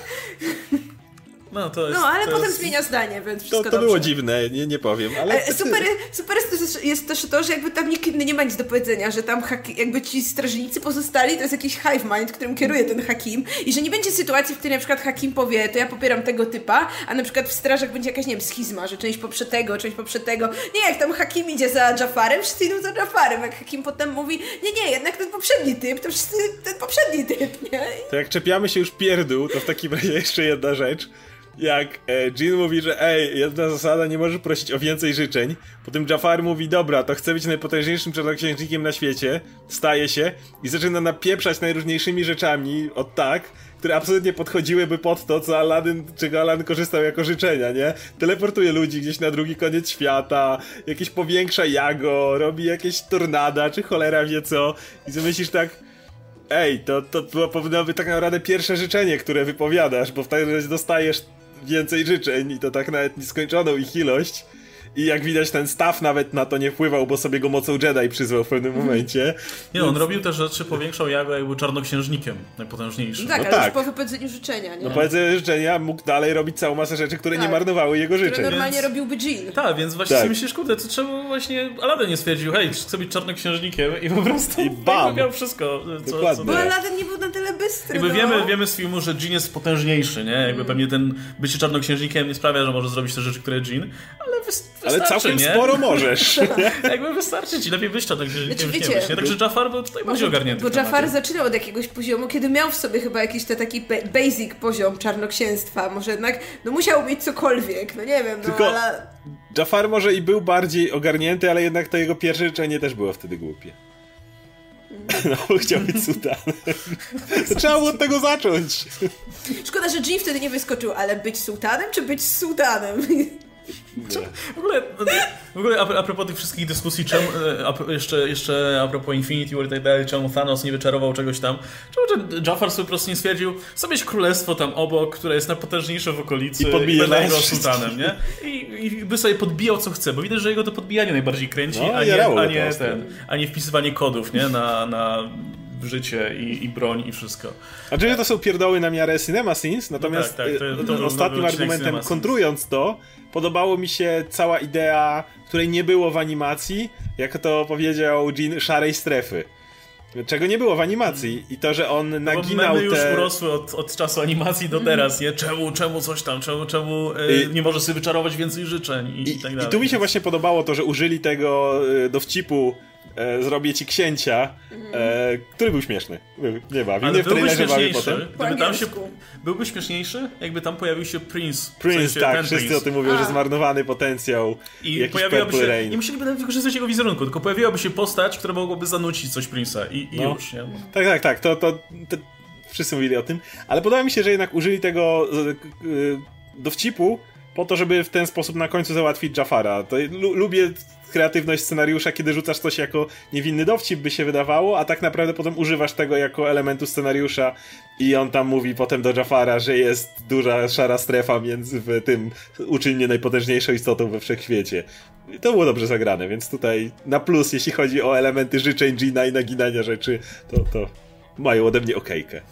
Ale potem zmienia zdanie, więc wszystko to było dziwne, nie powiem, ale... Super jest też to, że jakby tam nikt inny nie ma nic do powiedzenia, że tam jakby ci strażnicy pozostali, to jest jakiś hive mind, którym kieruje ten Hakim i że nie będzie sytuacji, w której na przykład Hakim powie, to ja popieram tego typa, a na przykład w strażach będzie jakaś, nie wiem, schizma, że część poprze tego. Nie, jak tam Hakim idzie za Jafarem, wszyscy idą za Jafarem, jak Hakim potem mówi, nie, jednak ten poprzedni typ, to wszyscy ten poprzedni typ, nie? To jak czepiamy się już pierdół, to w takim razie jeszcze jedna rzecz. Jak Jin mówi, że jedna zasada, nie możesz prosić o więcej życzeń. Potem Jafar mówi, dobra, to chcę być najpotężniejszym czarnoksiężnikiem na świecie. Staje się i zaczyna napieprzać najróżniejszymi rzeczami które absolutnie podchodziłyby pod to, czego Aladdin korzystał jako życzenia, nie? Teleportuje ludzi gdzieś na drugi koniec świata, jakieś powiększa jago, robi jakieś tornada, czy cholera wie co. I sobie myślisz tak... to powinno być tak naprawdę pierwsze życzenie, które wypowiadasz, bo w takim razie dostajesz więcej życzeń i to tak nawet nieskończoną ich ilość. I jak widać, ten staw nawet na to nie wpływał, bo sobie go mocą Jedi przyzwał w pewnym momencie. Nie, on robił te rzeczy, powiększał jago, jak był czarnoksiężnikiem najpotężniejszym. No tak, ale już po wypowiedzeniu życzenia, nie? No po wypowiedzeniu życzenia mógł dalej robić całą masę rzeczy, które nie marnowały jego życzeń. Które normalnie robiłby Jin. Tak, więc właśnie sobie myślisz, kurde, to czemu właśnie Aladdin nie stwierdził, chcę być czarnoksiężnikiem i po prostu miał wszystko. Bo Aladdin nie był na tyle bystry. Wiemy z filmu, że Jin jest potężniejszy, nie? Jakby pewnie ten bycie czarnoksiężnikiem nie sprawia, że może zrobić te rzeczy, które Jin, ale całkiem sporo możesz. Jakby wystarczy ci, lepiej być czarnoksiężnikiem niż nie być. Także Jafar był tutaj bardziej ogarnięty. Bo Jafar zaczynał od jakiegoś poziomu, kiedy miał w sobie chyba jakiś taki basic poziom czarnoksięstwa. Może jednak, musiał mieć cokolwiek, nie wiem, ale... Jafar może i był bardziej ogarnięty, ale jednak to jego pierwsze życzenie też było wtedy głupie. Bo chciał być sułtanem. Trzeba było od tego zacząć. Szkoda, że Jin wtedy nie wyskoczył, ale być sułtanem czy być sułtanem? W ogóle a propos tych wszystkich dyskusji, czemu, jeszcze a propos Infinity War i tak dalej, czemu Thanos nie wyczarował czegoś tam, czemu Jafar sobie po prostu nie stwierdził, sobie jest królestwo tam obok, które jest najpotężniejsze w okolicy i będę jego sułtanem, nie? I by sobie podbijał co chce, bo widać, że jego to podbijanie najbardziej kręci, a nie wpisywanie kodów, nie? Na życie i broń i wszystko. Znaczy, to są pierdoły na miarę Cinema Sins, natomiast ostatnim argumentem, kontrując to, podobało mi się cała idea, której nie było w animacji, jak to powiedział Jin, szarej strefy. Czego nie było w animacji. I to, że on naginał już urosły od czasu animacji do teraz, nie? Czemu coś tam? Czemu nie może sobie wyczarować więcej życzeń i tak dalej. I tu mi się właśnie podobało to, że użyli tego dowcipu zrobię ci księcia, który był śmieszny. Nie bawi. Ale w trailerze bawi potem. Byłby śmieszniejszy, jakby tam pojawił się Prince. Prince, w sensie tak, wszyscy o tym mówią, że zmarnowany potencjał. I pojawiłaby się, nie musieliby nawet wykorzystać jego wizerunku, tylko pojawiłaby się postać, która mogłaby zanucić coś Prince'a i już, nie? Tak, to wszyscy mówili o tym, ale podoba mi się, że jednak użyli tego dowcipu po to, żeby w ten sposób na końcu załatwić Jafara. To lubię kreatywność scenariusza, kiedy rzucasz coś jako niewinny dowcip, by się wydawało, a tak naprawdę potem używasz tego jako elementu scenariusza i on tam mówi potem do Jafara, że jest duża szara strefa między tym uczyń mnie najpotężniejszą istotą we wszechświecie. I to było dobrze zagrane, więc tutaj na plus, jeśli chodzi o elementy życzeń Gina i naginania rzeczy, to mają ode mnie okejkę.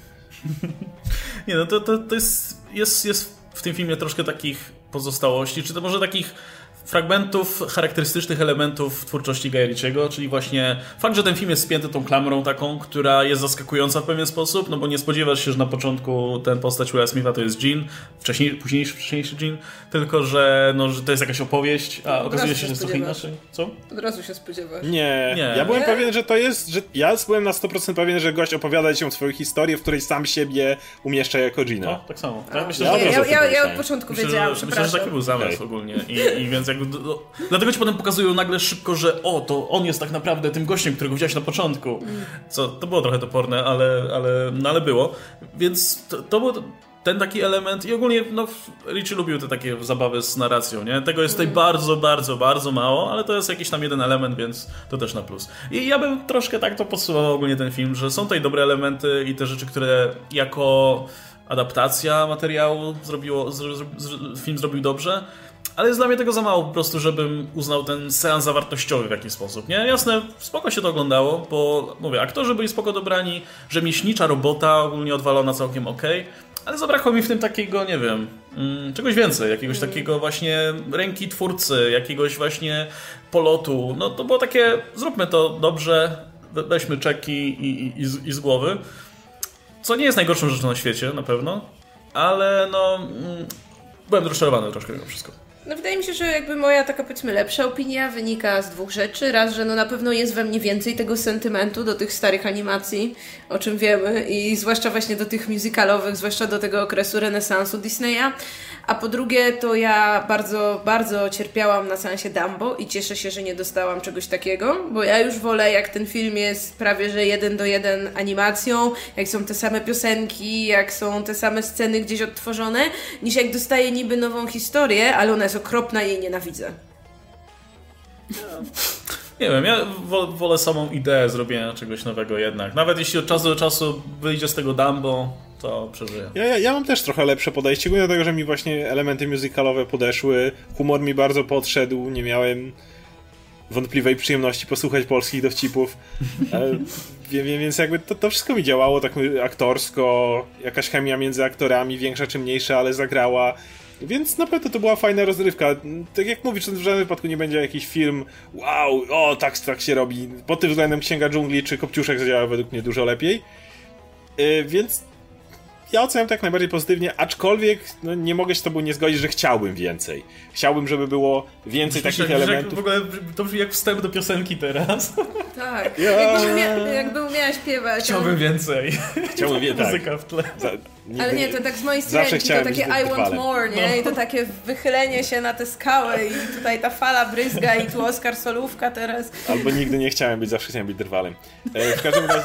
Nie no, to jest w tym filmie troszkę takich pozostałości, czy to może takich fragmentów, charakterystycznych elementów twórczości Guya Ritchiego, czyli właśnie fakt, że ten film jest spięty tą klamrą taką, która jest zaskakująca w pewien sposób, no bo nie spodziewasz się, że na początku ten postać Willa Smitha to jest Jean, wcześniejszy Jean, tylko że to jest jakaś opowieść, a okazuje się, że jest trochę inaczej. Co? Od razu się spodziewasz. Nie. Ja byłem pewien, że to jest, ja byłem na 100% pewien, że gość opowiada ci swoją historię, w której sam siebie umieszcza jako Gina. No, tak samo. Tak? Ja od początku wiedziałam, myślę, że taki był zamysł ogólnie i więc jakby dlatego ci potem pokazują nagle szybko, że to on jest tak naprawdę tym gościem, którego widziałeś na początku. Co to było trochę toporne, ale było. Więc to był ten taki element i ogólnie Ritchie lubił te takie zabawy z narracją, nie? Tego jest tutaj bardzo, bardzo, bardzo mało, ale to jest jakiś tam jeden element, więc to też na plus. I ja bym troszkę tak to podsumował ogólnie ten film, że są tutaj dobre elementy i te rzeczy, które jako adaptacja materiału film zrobił dobrze, ale jest dla mnie tego za mało po prostu, żebym uznał ten seans zawartościowy w jakiś sposób, nie? Jasne, spoko się to oglądało, bo mówię, aktorzy byli spoko dobrani, rzemieślnicza robota ogólnie odwalona całkiem okej, ale zabrakło mi w tym takiego, nie wiem, czegoś więcej, jakiegoś takiego właśnie ręki twórcy, jakiegoś właśnie polotu. No to było takie, zróbmy to dobrze, weźmy czeki i z głowy, co nie jest najgorszą rzeczą na świecie, na pewno, ale byłem rozczarowany troszkę mimo wszystko. Wydaje mi się, że jakby moja taka powiedzmy lepsza opinia wynika z dwóch rzeczy. Raz, że na pewno jest we mnie więcej tego sentymentu do tych starych animacji, o czym wiemy, i zwłaszcza właśnie do tych musicalowych, zwłaszcza do tego okresu renesansu Disneya. A po drugie, to ja bardzo, bardzo cierpiałam na seansie Dumbo i cieszę się, że nie dostałam czegoś takiego, bo ja już wolę, jak ten film jest prawie że 1:1 animacją, jak są te same piosenki, jak są te same sceny gdzieś odtworzone, niż jak dostaję niby nową historię, ale ona jest okropna i jej nienawidzę. Nie wiem, ja wolę samą ideę zrobienia czegoś nowego jednak. Nawet jeśli od czasu do czasu wyjdzie z tego Dumbo, to przeżyję. Ja mam też trochę lepsze podejście, głównie dlatego, że mi właśnie elementy musicalowe podeszły, humor mi bardzo podszedł, nie miałem wątpliwej przyjemności posłuchać polskich dowcipów, więc jakby to wszystko mi działało tak aktorsko, jakaś chemia między aktorami, większa czy mniejsza, ale zagrała. Więc naprawdę to była fajna rozrywka. Tak jak mówisz, w żadnym wypadku nie będzie jakiś film wow, tak się robi. Pod tym względem Księga Dżungli czy Kopciuszek zadziała według mnie dużo lepiej. Więc ja oceniam tak najbardziej pozytywnie, aczkolwiek nie mogę się z tobą nie zgodzić, że chciałbym więcej. Chciałbym, żeby było więcej takich elementów. W ogóle to brzmi jak wstęp do piosenki teraz. Tak, jakby umiała śpiewać. Chciałbym więcej. Chciałbym więcej. Muzyka w tle. Ale nie, to tak z mojej strony, to takie I want more, nie? I to takie wychylenie się na tę skałę i tutaj ta fala bryzga i tu Oskar Solówka teraz. Albo nigdy nie chciałem być, zawsze chciałem być drwalem. W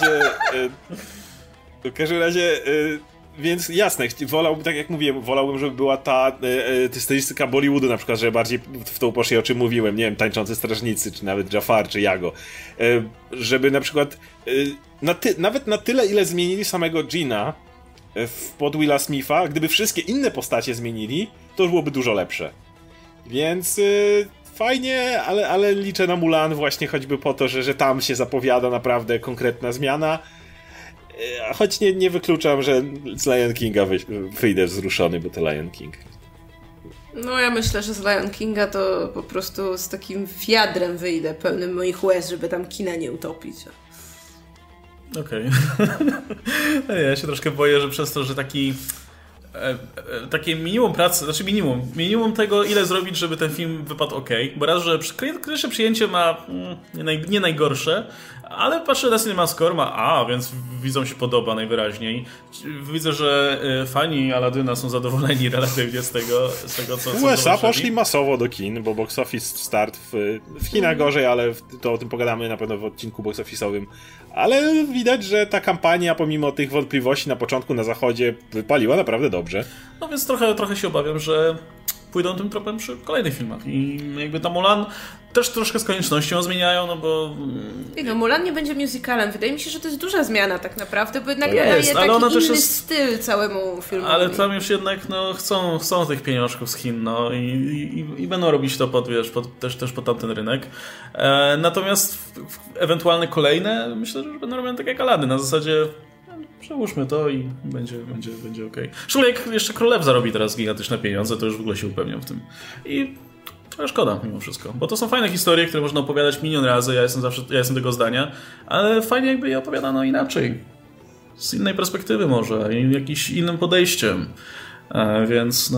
każdym razie więc jasne, wolałbym, tak jak mówiłem, wolałbym, żeby była ta stylistyka Bollywoodu na przykład, że bardziej w tą poszli, o czym mówiłem, nie wiem, Tańczący Strażnicy, czy nawet Jafar, czy Jago. Żeby na przykład nawet na tyle, ile zmienili samego Gina pod Willa Smitha, gdyby wszystkie inne postacie zmienili, to już byłoby dużo lepsze. Więc fajnie, ale liczę na Mulan właśnie choćby po to, że tam się zapowiada naprawdę konkretna zmiana. Choć nie wykluczam, że z Lion Kinga wyjdę wzruszony, bo to Lion King. No ja myślę, że z Lion Kinga to po prostu z takim wiadrem wyjdę pełnym moich łez, żeby tam kina nie utopić. Okej. Ja się troszkę boję, że przez to, że taki takie minimum pracy, znaczy minimum tego, ile zrobić, żeby ten film wypadł ok, bo raz, że pierwsze przyjęcie ma nie najgorsze, ale patrzę na CinemaScore, więc widzom się podoba najwyraźniej. Widzę, że fani Aladyna są zadowoleni relatywnie z tego co USA poszli masowo do kin, bo box office start w Chinach gorzej, ale to o tym pogadamy na pewno w odcinku box office'owym. Ale widać, że ta kampania, pomimo tych wątpliwości na początku na zachodzie, wypaliła naprawdę dobrze. No więc trochę się obawiam, że pójdą tym tropem przy kolejnych filmach. I jakby ta Mulan też troszkę z koniecznością zmieniają, no bo... Mulan nie będzie musicalem. Wydaje mi się, że to jest duża zmiana tak naprawdę, bo jednak daje taki inny styl całemu filmowi. Ale tam już jednak chcą tych pieniążków z Chin, i będą robić to też pod tamten rynek. Natomiast ewentualne kolejne, myślę, że będą robione tak jak Aladdin, na zasadzie przełóżmy to i będzie okej. Szczególnie jak jeszcze Król zarobi teraz gigantyczne pieniądze, to już w ogóle się upewniam w tym. I trochę szkoda mimo wszystko, bo to są fajne historie, które można opowiadać milion razy, ja jestem tego zdania, ale fajnie jakby je opowiadano inaczej. Z innej perspektywy może, i jakimś innym podejściem. Więc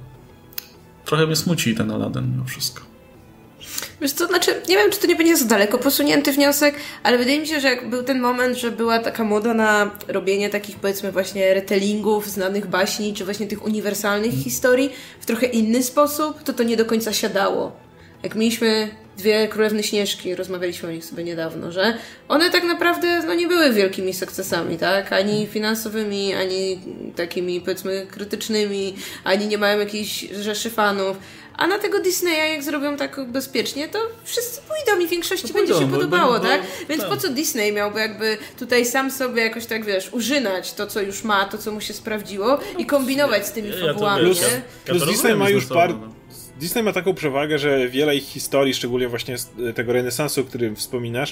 trochę mnie smuci ten Aladdin mimo wszystko. Wiesz co, nie wiem, czy to nie będzie za daleko posunięty wniosek, ale wydaje mi się, że jak był ten moment, że była taka moda na robienie takich, powiedzmy, właśnie retellingów znanych baśni, czy właśnie tych uniwersalnych historii w trochę inny sposób, to nie do końca siadało. Jak mieliśmy dwie Królewny Śnieżki, rozmawialiśmy o nich sobie niedawno, że one tak naprawdę nie były wielkimi sukcesami, tak? Ani finansowymi, ani takimi, powiedzmy, krytycznymi, ani nie mają jakiejś rzeszy fanów. A na tego Disneya, jak zrobią tak bezpiecznie, to wszyscy pójdą i większości będzie się podobało, tak? Więc po co Disney miałby jakby tutaj sam sobie jakoś tak, użynać to, co już ma, to, co mu się sprawdziło i kombinować z tymi fabułami, Plus Disney ma już Disney ma taką przewagę, że wiele ich historii, szczególnie właśnie z tego renesansu, o którym wspominasz,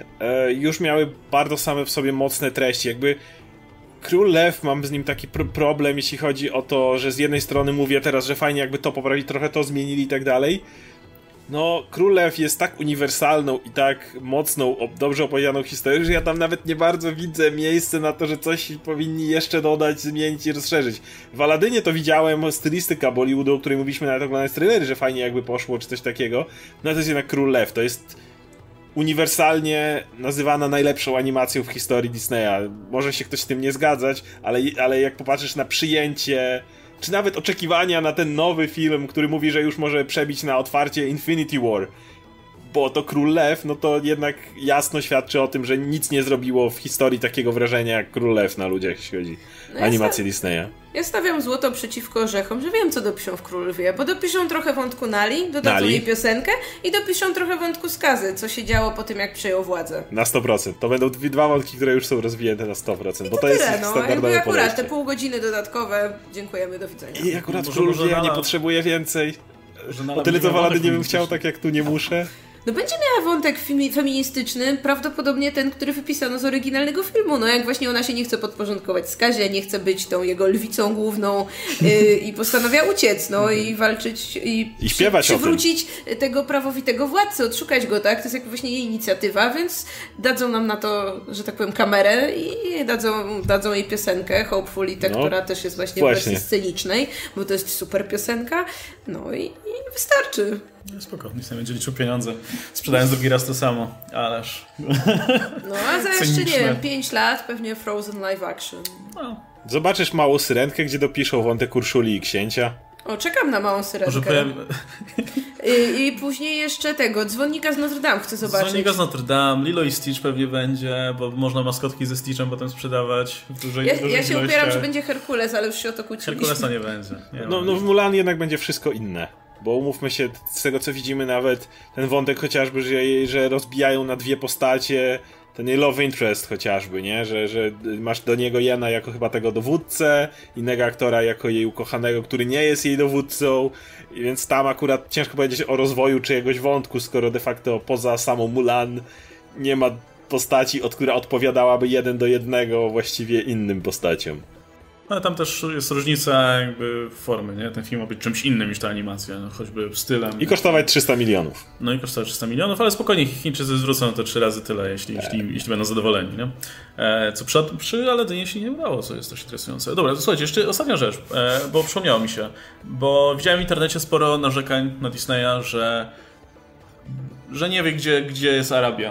już miały bardzo same w sobie mocne treści. Jakby Król Lew, mam z nim taki problem, jeśli chodzi o to, że z jednej strony mówię teraz, że fajnie jakby to poprawić, trochę to zmienili i tak dalej. Król Lew jest tak uniwersalną i tak mocną, dobrze opowiedzianą historią, że ja tam nawet nie bardzo widzę miejsce na to, że coś powinni jeszcze dodać, zmienić i rozszerzyć. W Aladynie to widziałem stylistyka Bollywoodu, o której mówiliśmy nawet oglądając trailery, że fajnie jakby poszło, czy coś takiego. No to jest jednak Król Lew, to jest uniwersalnie nazywana najlepszą animacją w historii Disneya. Może się ktoś z tym nie zgadzać, ale jak popatrzysz na przyjęcie, czy nawet oczekiwania na ten nowy film, który mówi, że już może przebić na otwarcie Infinity War, bo to Król Lew, to jednak jasno świadczy o tym, że nic nie zrobiło w historii takiego wrażenia jak Król Lew na ludziach, jeśli chodzi o animację Disneya. Ja stawiam złoto przeciwko orzechom, że wiem, co dopiszą w Król Lwie, bo dopiszą trochę wątku Nali, dodadzą jej piosenkę i dopiszą trochę wątku Skazy, co się działo po tym, jak przejął władzę. Na 100%. To będą dwa wątki, które już są rozwinięte na 100%, bo to jest standardowe podejście. Te pół godziny dodatkowe, dziękujemy, do widzenia. I akurat Król Lwie nie potrzebuje więcej. O tyle to w Aladynie bym chciał, tak jak tu nie muszę. Będzie miała wątek feministyczny, prawdopodobnie ten, który wypisano z oryginalnego filmu. Jak właśnie ona się nie chce podporządkować Skazie, nie chce być tą jego lwicą główną i postanawia uciec, i walczyć i śpiewać przywrócić tego prawowitego władcę, odszukać go, tak? To jest jak właśnie jej inicjatywa, więc dadzą nam na to, że tak powiem, kamerę i dadzą jej piosenkę, Hopefully, która też jest właśnie w wersji scenicznej, bo to jest super piosenka, i wystarczy. Spoko, nic nie będzie liczył pieniądze. Sprzedając drugi raz to samo, ależ... a za jeszcze, nie wiem, 5 lat pewnie Frozen live action. Zobaczysz Małą Syrenkę, gdzie dopiszą wątek Urszuli i księcia. Czekam na Małą Syrenkę. I później jeszcze Dzwonnika z Notre Dame chcę zobaczyć. Dzwonnika z Notre Dame, Lilo i Stitch pewnie będzie, bo można maskotki ze Stitchem potem sprzedawać w dużej Ja się upieram, że będzie Herkules, ale już się o to kłóciliśmy. Herkulesa nie będzie. W Mulan jednak będzie wszystko inne. Bo umówmy się, z tego co widzimy nawet ten wątek chociażby, że rozbijają na dwie postacie, ten jej love interest chociażby, nie? Że masz do niego Jena jako chyba tego dowódcę, innego aktora jako jej ukochanego, który nie jest jej dowódcą, i więc tam akurat ciężko powiedzieć o rozwoju czyjegoś wątku, skoro de facto poza samą Mulan nie ma postaci, która odpowiadałaby 1 do 1 właściwie innym postaciom. Ale tam też jest różnica jakby formy, nie? Ten film ma być czymś innym niż ta animacja, no, choćby stylem. I kosztować 300 milionów. No i kosztować 300 milionów, ale spokojnie Chińczycy zwrócą to 3 razy tyle, jeśli będą zadowoleni, nie? Co przy Aladynie się nie udało, co jest dość interesujące. Dobra, to słuchajcie, jeszcze ostatnia rzecz, bo przypomniało mi się, bo widziałem w internecie sporo narzekań na Disneya, że nie wie, gdzie jest Arabia.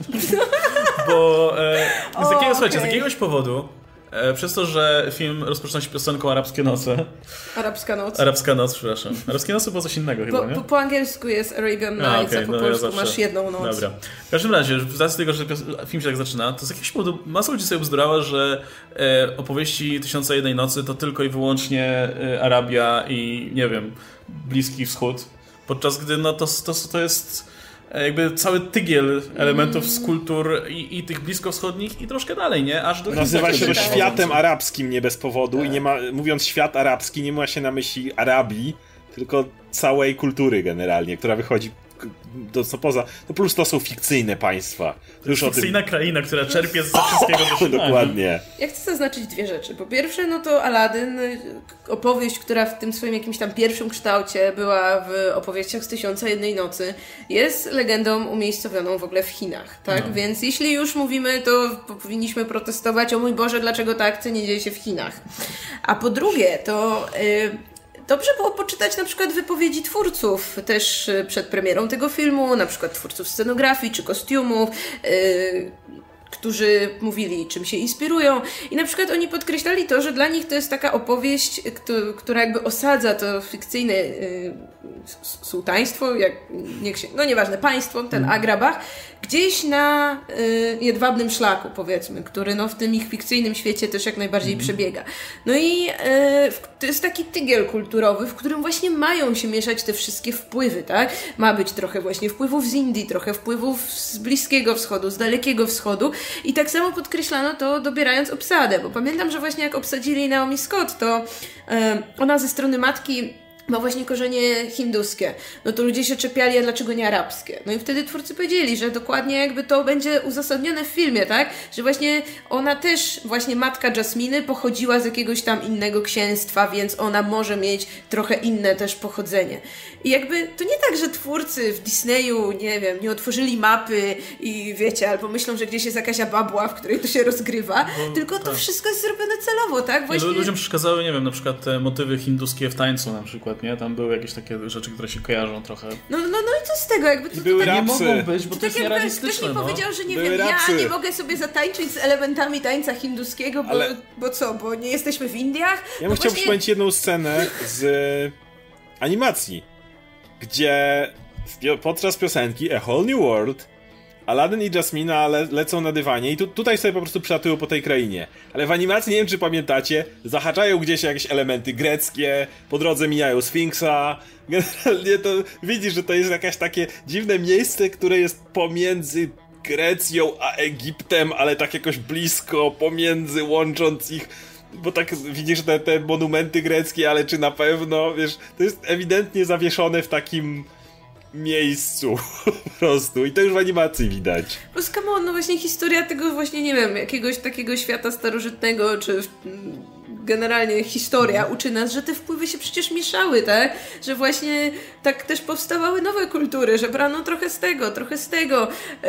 Bo z jakiegoś powodu, przez to, że film rozpoczyna się piosenką Arabskie Noce. Arabska Noc, przepraszam. Arabskie Noce było coś innego chyba, nie? Po angielsku jest Arabian Nights, a po polsku masz jedną noc. Dobra. W każdym razie, z racji tego, że film się tak zaczyna, to z jakiegoś powodu masa ludzi sobie bzdurała, że opowieści Tysiąca Jednej Nocy to tylko i wyłącznie Arabia i, nie wiem, Bliski Wschód. Podczas gdy no to jest jakby cały tygiel elementów z kultur i tych bliskowschodnich i troszkę dalej, nie? Aż do nazywa się to światem arabskim nie bez powodu i nie ma, mówiąc świat arabski, nie ma się na myśli Arabii, tylko całej kultury generalnie, która wychodzi poza. No plus to są fikcyjne państwa. Już fikcyjna kraina, która czerpie ze wszystkiego. Dokładnie. Ja chcę zaznaczyć dwie rzeczy. Po pierwsze, no to Aladdin, opowieść, która w tym swoim jakimś tam pierwszym kształcie była w opowieściach z Tysiąca Jednej Nocy, jest legendą umiejscowioną w ogóle w Chinach, tak? No. Więc jeśli już mówimy, to powinniśmy protestować, o mój Boże, dlaczego ta akcja nie dzieje się w Chinach. A po drugie, to dobrze było poczytać na przykład wypowiedzi twórców też przed premierą tego filmu, na przykład twórców scenografii czy kostiumów, którzy mówili, czym się inspirują i na przykład oni podkreślali to, że dla nich to jest taka opowieść, która jakby osadza to fikcyjne sułtaństwo, nieważne, państwo, ten Agrabah, gdzieś na jedwabnym szlaku, powiedzmy, który no w tym ich fikcyjnym świecie też jak najbardziej przebiega. No i to jest taki tygiel kulturowy, w którym właśnie mają się mieszać te wszystkie wpływy, tak? Ma być trochę właśnie wpływów z Indii, trochę wpływów z Bliskiego Wschodu, z Dalekiego Wschodu i tak samo podkreślano to dobierając obsadę, bo pamiętam, że właśnie jak obsadzili Naomi Scott, to ona ze strony matki ma właśnie korzenie hinduskie. No to ludzie się czepiali, a dlaczego nie arabskie? No i wtedy twórcy powiedzieli, że dokładnie jakby to będzie uzasadnione w filmie, tak? Że właśnie ona też, właśnie matka Jasminy pochodziła z jakiegoś tam innego księstwa, więc ona może mieć trochę inne też pochodzenie. I jakby to nie tak, że twórcy w Disneyu, nie wiem, nie otworzyli mapy i wiecie, albo myślą, że gdzieś jest jakaś babła, w której to się rozgrywa, tylko to wszystko jest zrobione celowo, tak? Właśnie... Ludziom przeszkadzały, nie wiem, na przykład te motywy hinduskie w tańcu na przykład, nie? Tam były jakieś takie rzeczy, które się kojarzą trochę. No i co z tego? Jakby to były tak nie mogą być, bo to jest nierealistyczne. Ktoś mi powiedział, że nie były wiem, rapsy. ja nie mogę sobie zatańczyć z elementami tańca hinduskiego, bo co? Bo nie jesteśmy w Indiach? Ja bym chciał przypomnieć jedną scenę z animacji, gdzie podczas piosenki A Whole New World Aladdin i Jasmina lecą na dywanie i tutaj sobie po prostu przylatują po tej krainie. Ale w animacji, nie wiem czy pamiętacie, zahaczają gdzieś jakieś elementy greckie, po drodze mijają Sfinksa. Generalnie to widzisz, że to jest jakieś takie dziwne miejsce, które jest pomiędzy Grecją a Egiptem, ale tak jakoś blisko, pomiędzy, łącząc ich. Bo tak widzisz te monumenty greckie, ale czy na pewno, wiesz, to jest ewidentnie zawieszone w takim miejscu po prostu i to już w animacji widać. Bo come on, no właśnie historia tego właśnie, nie wiem, jakiegoś takiego świata starożytnego, czy generalnie historia uczy nas, że te wpływy się przecież mieszały, tak? Że właśnie tak też powstawały nowe kultury, że brano trochę z tego.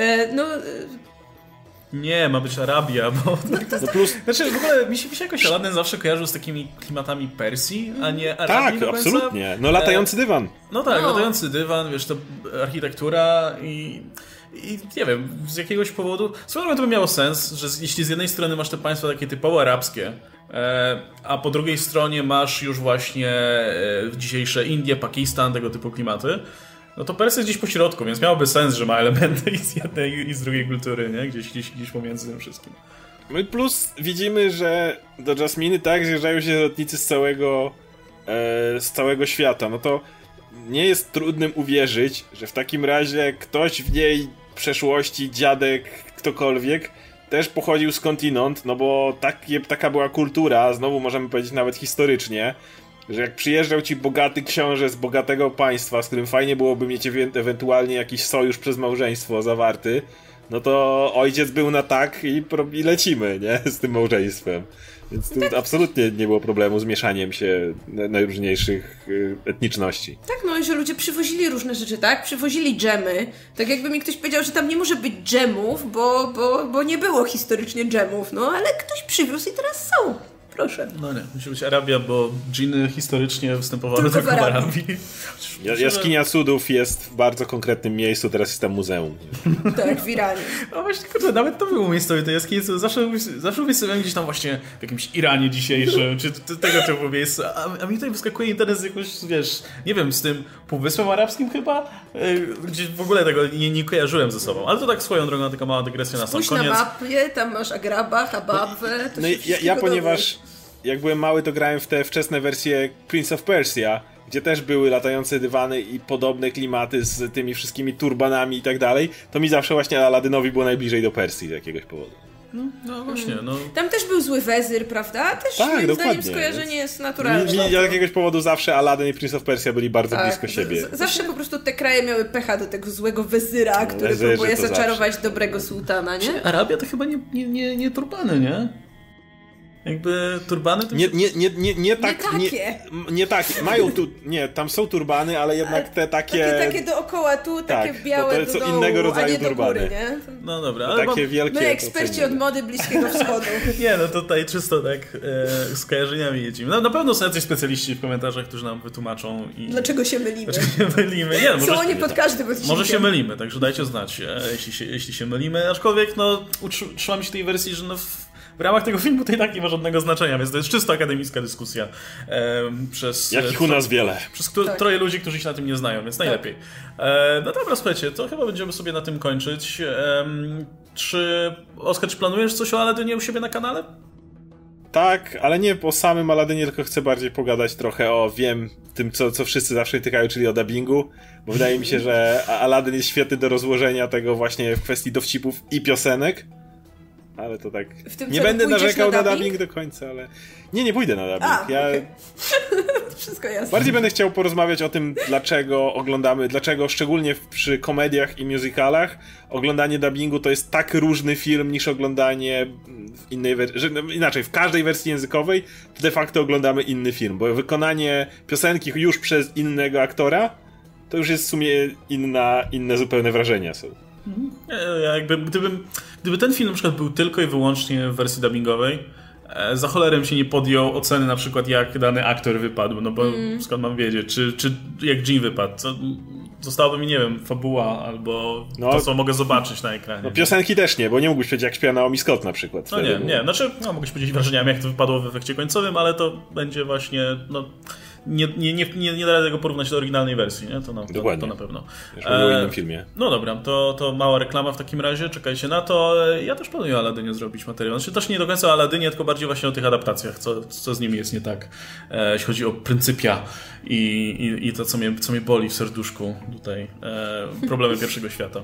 Nie, ma być Arabia, bo... No plus... Znaczy, w ogóle mi się jakoś Aladdin zawsze kojarzył z takimi klimatami Persji, a nie Arabii. Tak, absolutnie. No latający dywan. No tak, latający dywan, wiesz, to architektura i nie wiem, z jakiegoś powodu... Swoją drogą to by miało sens, że jeśli z jednej strony masz te państwa takie typowo arabskie, a po drugiej stronie masz już właśnie dzisiejsze Indie, Pakistan, tego typu klimaty, no to Persja jest gdzieś po środku, więc miałoby sens, że ma elementy i z jednej i z drugiej kultury, nie? Gdzieś pomiędzy tym wszystkim. No plus widzimy, że do Jasminy tak zjeżdżają się lotnicy z całego świata. No to nie jest trudnym uwierzyć, że w takim razie ktoś w niej w przeszłości, dziadek, ktokolwiek, też pochodził skądinąd, no bo taka była kultura, znowu możemy powiedzieć nawet historycznie, że jak przyjeżdżał ci bogaty książę z bogatego państwa, z którym fajnie byłoby mieć ewentualnie jakiś sojusz przez małżeństwo zawarty, no to ojciec był na tak i lecimy, nie? Z tym małżeństwem. Więc tu absolutnie nie było problemu z mieszaniem się najróżniejszych etniczności. Tak, no i że ludzie przywozili różne rzeczy, tak? Przywozili dżemy. Tak jakby mi ktoś powiedział, że tam nie może być dżemów, bo nie było historycznie dżemów. No ale ktoś przywiózł i teraz są. Proszę. No nie, musi być Arabia, bo dżiny historycznie występowały tylko w Arabii. Jaskinia Cudów jest w bardzo konkretnym miejscu, teraz jest tam muzeum. Tak, w Iranie. No właśnie, kurde, nawet to było miejscowe, te jaskinie Cudów. Zawsze umiejscowiałem gdzieś tam właśnie w jakimś Iranie dzisiejszym, czy tego typu miejscu. A mi tutaj wyskakuje internet z jakoś, wiesz, nie wiem, z tym Półwyspem Arabskim chyba? Gdzie w ogóle tego nie kojarzyłem ze sobą. Ale to tak swoją drogą, taka mała dygresja na sam koniec. Na mapie, tam masz Agraba, Hababę. No ja ponieważ jak byłem mały, to grałem w te wczesne wersje Prince of Persia, gdzie też były latające dywany i podobne klimaty z tymi wszystkimi turbanami i tak dalej, to mi zawsze właśnie Aladynowi było najbliżej do Persji z jakiegoś powodu. No właśnie, no. Tam też był zły wezyr, prawda? Też tak, moim zdaniem skojarzenie jest naturalne. Z jakiegoś powodu zawsze Aladyn i Prince of Persia byli bardzo blisko siebie. Zawsze po prostu te kraje miały pecha do tego złego wezyra, który próbuje zaczarować dobrego sułtana, nie? Arabia to chyba nie turbany, nie? Jakby turbany to... Nie takie. Mają tu... Nie, tam są turbany, ale jednak te takie... Takie dookoła tu, takie białe to do dołu, innego rodzaju a nie turbany. Do góry, nie? No dobra, ale takie wielkie... My eksperci od mody Bliskiego Wschodu. Nie, no tutaj czysto tak z kojarzeniami jedziemy. No, na pewno są jacyś specjaliści w komentarzach, którzy nam wytłumaczą i... Dlaczego się mylimy? Nie, no, są oni pod każdym odcinkiem. Może się mylimy, także dajcie znać, jeśli się mylimy. Aczkolwiek, no, trzymamy się tej wersji, że no... W ramach tego filmu to i tak nie ma żadnego znaczenia, więc to jest czysto akademicka dyskusja. Jakich u nas wiele. Przez troje ludzi, którzy się na tym nie znają, więc najlepiej. No dobra, słuchajcie, to chyba będziemy sobie na tym kończyć. Oskar, czy planujesz coś o Aladynie u siebie na kanale? Tak, ale nie o samym Aladynie, tylko chcę bardziej pogadać trochę o tym, co wszyscy zawsze tykają, czyli o dubbingu, bo wydaje mi się, że Aladyn jest świetny do rozłożenia tego właśnie w kwestii dowcipów i piosenek. Ale to tak... Nie będę narzekał na dubbing do końca, ale... Nie pójdę na dubbing. Okay. Wszystko jasne. Bardziej będę chciał porozmawiać o tym, dlaczego szczególnie przy komediach i musicalach oglądanie dubbingu to jest tak różny film niż oglądanie w innej wersji. Inaczej, w każdej wersji językowej to de facto oglądamy inny film, bo wykonanie piosenki już przez innego aktora to już jest w sumie inne zupełne wrażenia są. Gdyby ten film na przykład był tylko i wyłącznie w wersji dubbingowej, za cholerem się nie podjął oceny na przykład jak dany aktor wypadł, no bo skąd mam wiedzieć, czy jak Jean wypadł, zostałaby mi, nie wiem, fabuła albo to, co mogę zobaczyć na ekranie. No piosenki też nie, bo nie mógłbyś powiedzieć jak śpiewa Naomi Scott na przykład. No nie, znaczy mogłeś powiedzieć wrażeniami jak to wypadło w efekcie końcowym, ale to będzie właśnie, nie da tego porównać do oryginalnej wersji, nie? To na pewno. Już mówię o innym filmie. No dobra, to mała reklama w takim razie, czekajcie na to. Ja też planuję o Aladynie zrobić materiał. Znaczy też nie do końca o Aladynie, tylko bardziej właśnie o tych adaptacjach, co z nimi jest nie tak, jeśli chodzi o pryncypia i to, co mnie boli w serduszku tutaj, problemy pierwszego świata.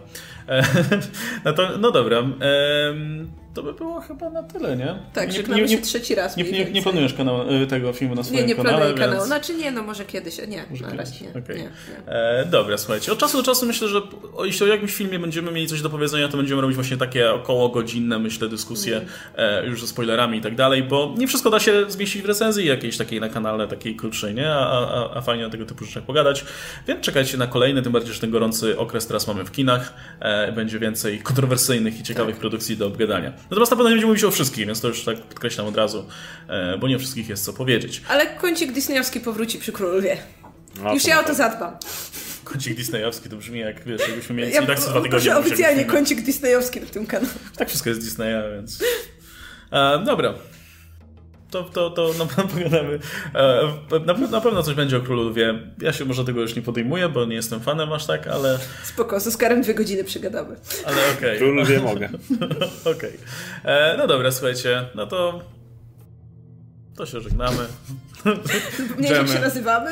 No dobra, to by było chyba na tyle, nie? Tak, żegnamy się trzeci raz. Nie planujesz tego filmu na swoim kanale? Nie planuję kanału. Więc... Znaczy może kiedyś. Nie, na razie nie. Okay. Nie. Dobra, słuchajcie. Od czasu do czasu myślę, że jeśli o jakimś filmie będziemy mieli coś do powiedzenia, to będziemy robić właśnie takie okołogodzinne, myślę, dyskusje już ze spoilerami i tak dalej, bo nie wszystko da się zmieścić w recenzji jakiejś takiej na kanale, takiej krótszej, nie? A fajnie o tego typu rzeczach pogadać. Więc czekajcie na kolejny, tym bardziej, że ten gorący okres teraz mamy w kinach. Będzie więcej kontrowersyjnych i ciekawych produkcji do obgadania. Natomiast na pewno nie będziemy mówić o wszystkich, więc to już tak podkreślam od razu, bo nie o wszystkich jest co powiedzieć. Ale kącik disneyowski powróci przy Królu Lwie. Już ja o to zadbam. Kącik disneyowski to brzmi jak, wiesz, jakbyśmy mieli i tak co 2 tygodnie. Może oficjalnie kącik disneyowski na tym kanale. Tak wszystko jest Disneya, więc... Dobra. To pogadamy. Na pewno coś będzie o Królu Lwie. Ja się może tego już nie podejmuję, bo nie jestem fanem aż tak, ale... Spoko, z Oskarem 2 godziny przygadamy. Ale okej. Królu Lwie mogę. Okej. No dobra, słuchajcie, no to się żegnamy. Nie wiem, jak się nazywamy.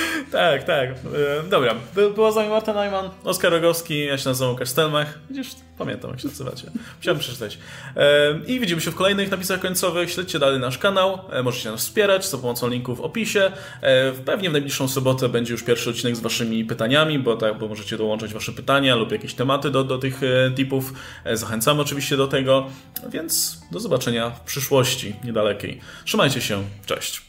Tak. Dobra. Była z nami Marta Neumann, Oskar Rogowski, ja się nazywam Łukasz Stelmach. Widzisz, Pamiętam, jak się nazywacie. Musiałem przeczytać. I widzimy się w kolejnych napisach końcowych. Śledźcie dalej nasz kanał. Możecie nas wspierać za pomocą linków w opisie. Pewnie w najbliższą sobotę będzie już pierwszy odcinek z waszymi pytaniami, bo możecie dołączać wasze pytania lub jakieś tematy do tych tipów. Zachęcamy oczywiście do tego. Więc do zobaczenia w przyszłości niedalekiej. Trzymajcie się. Cześć.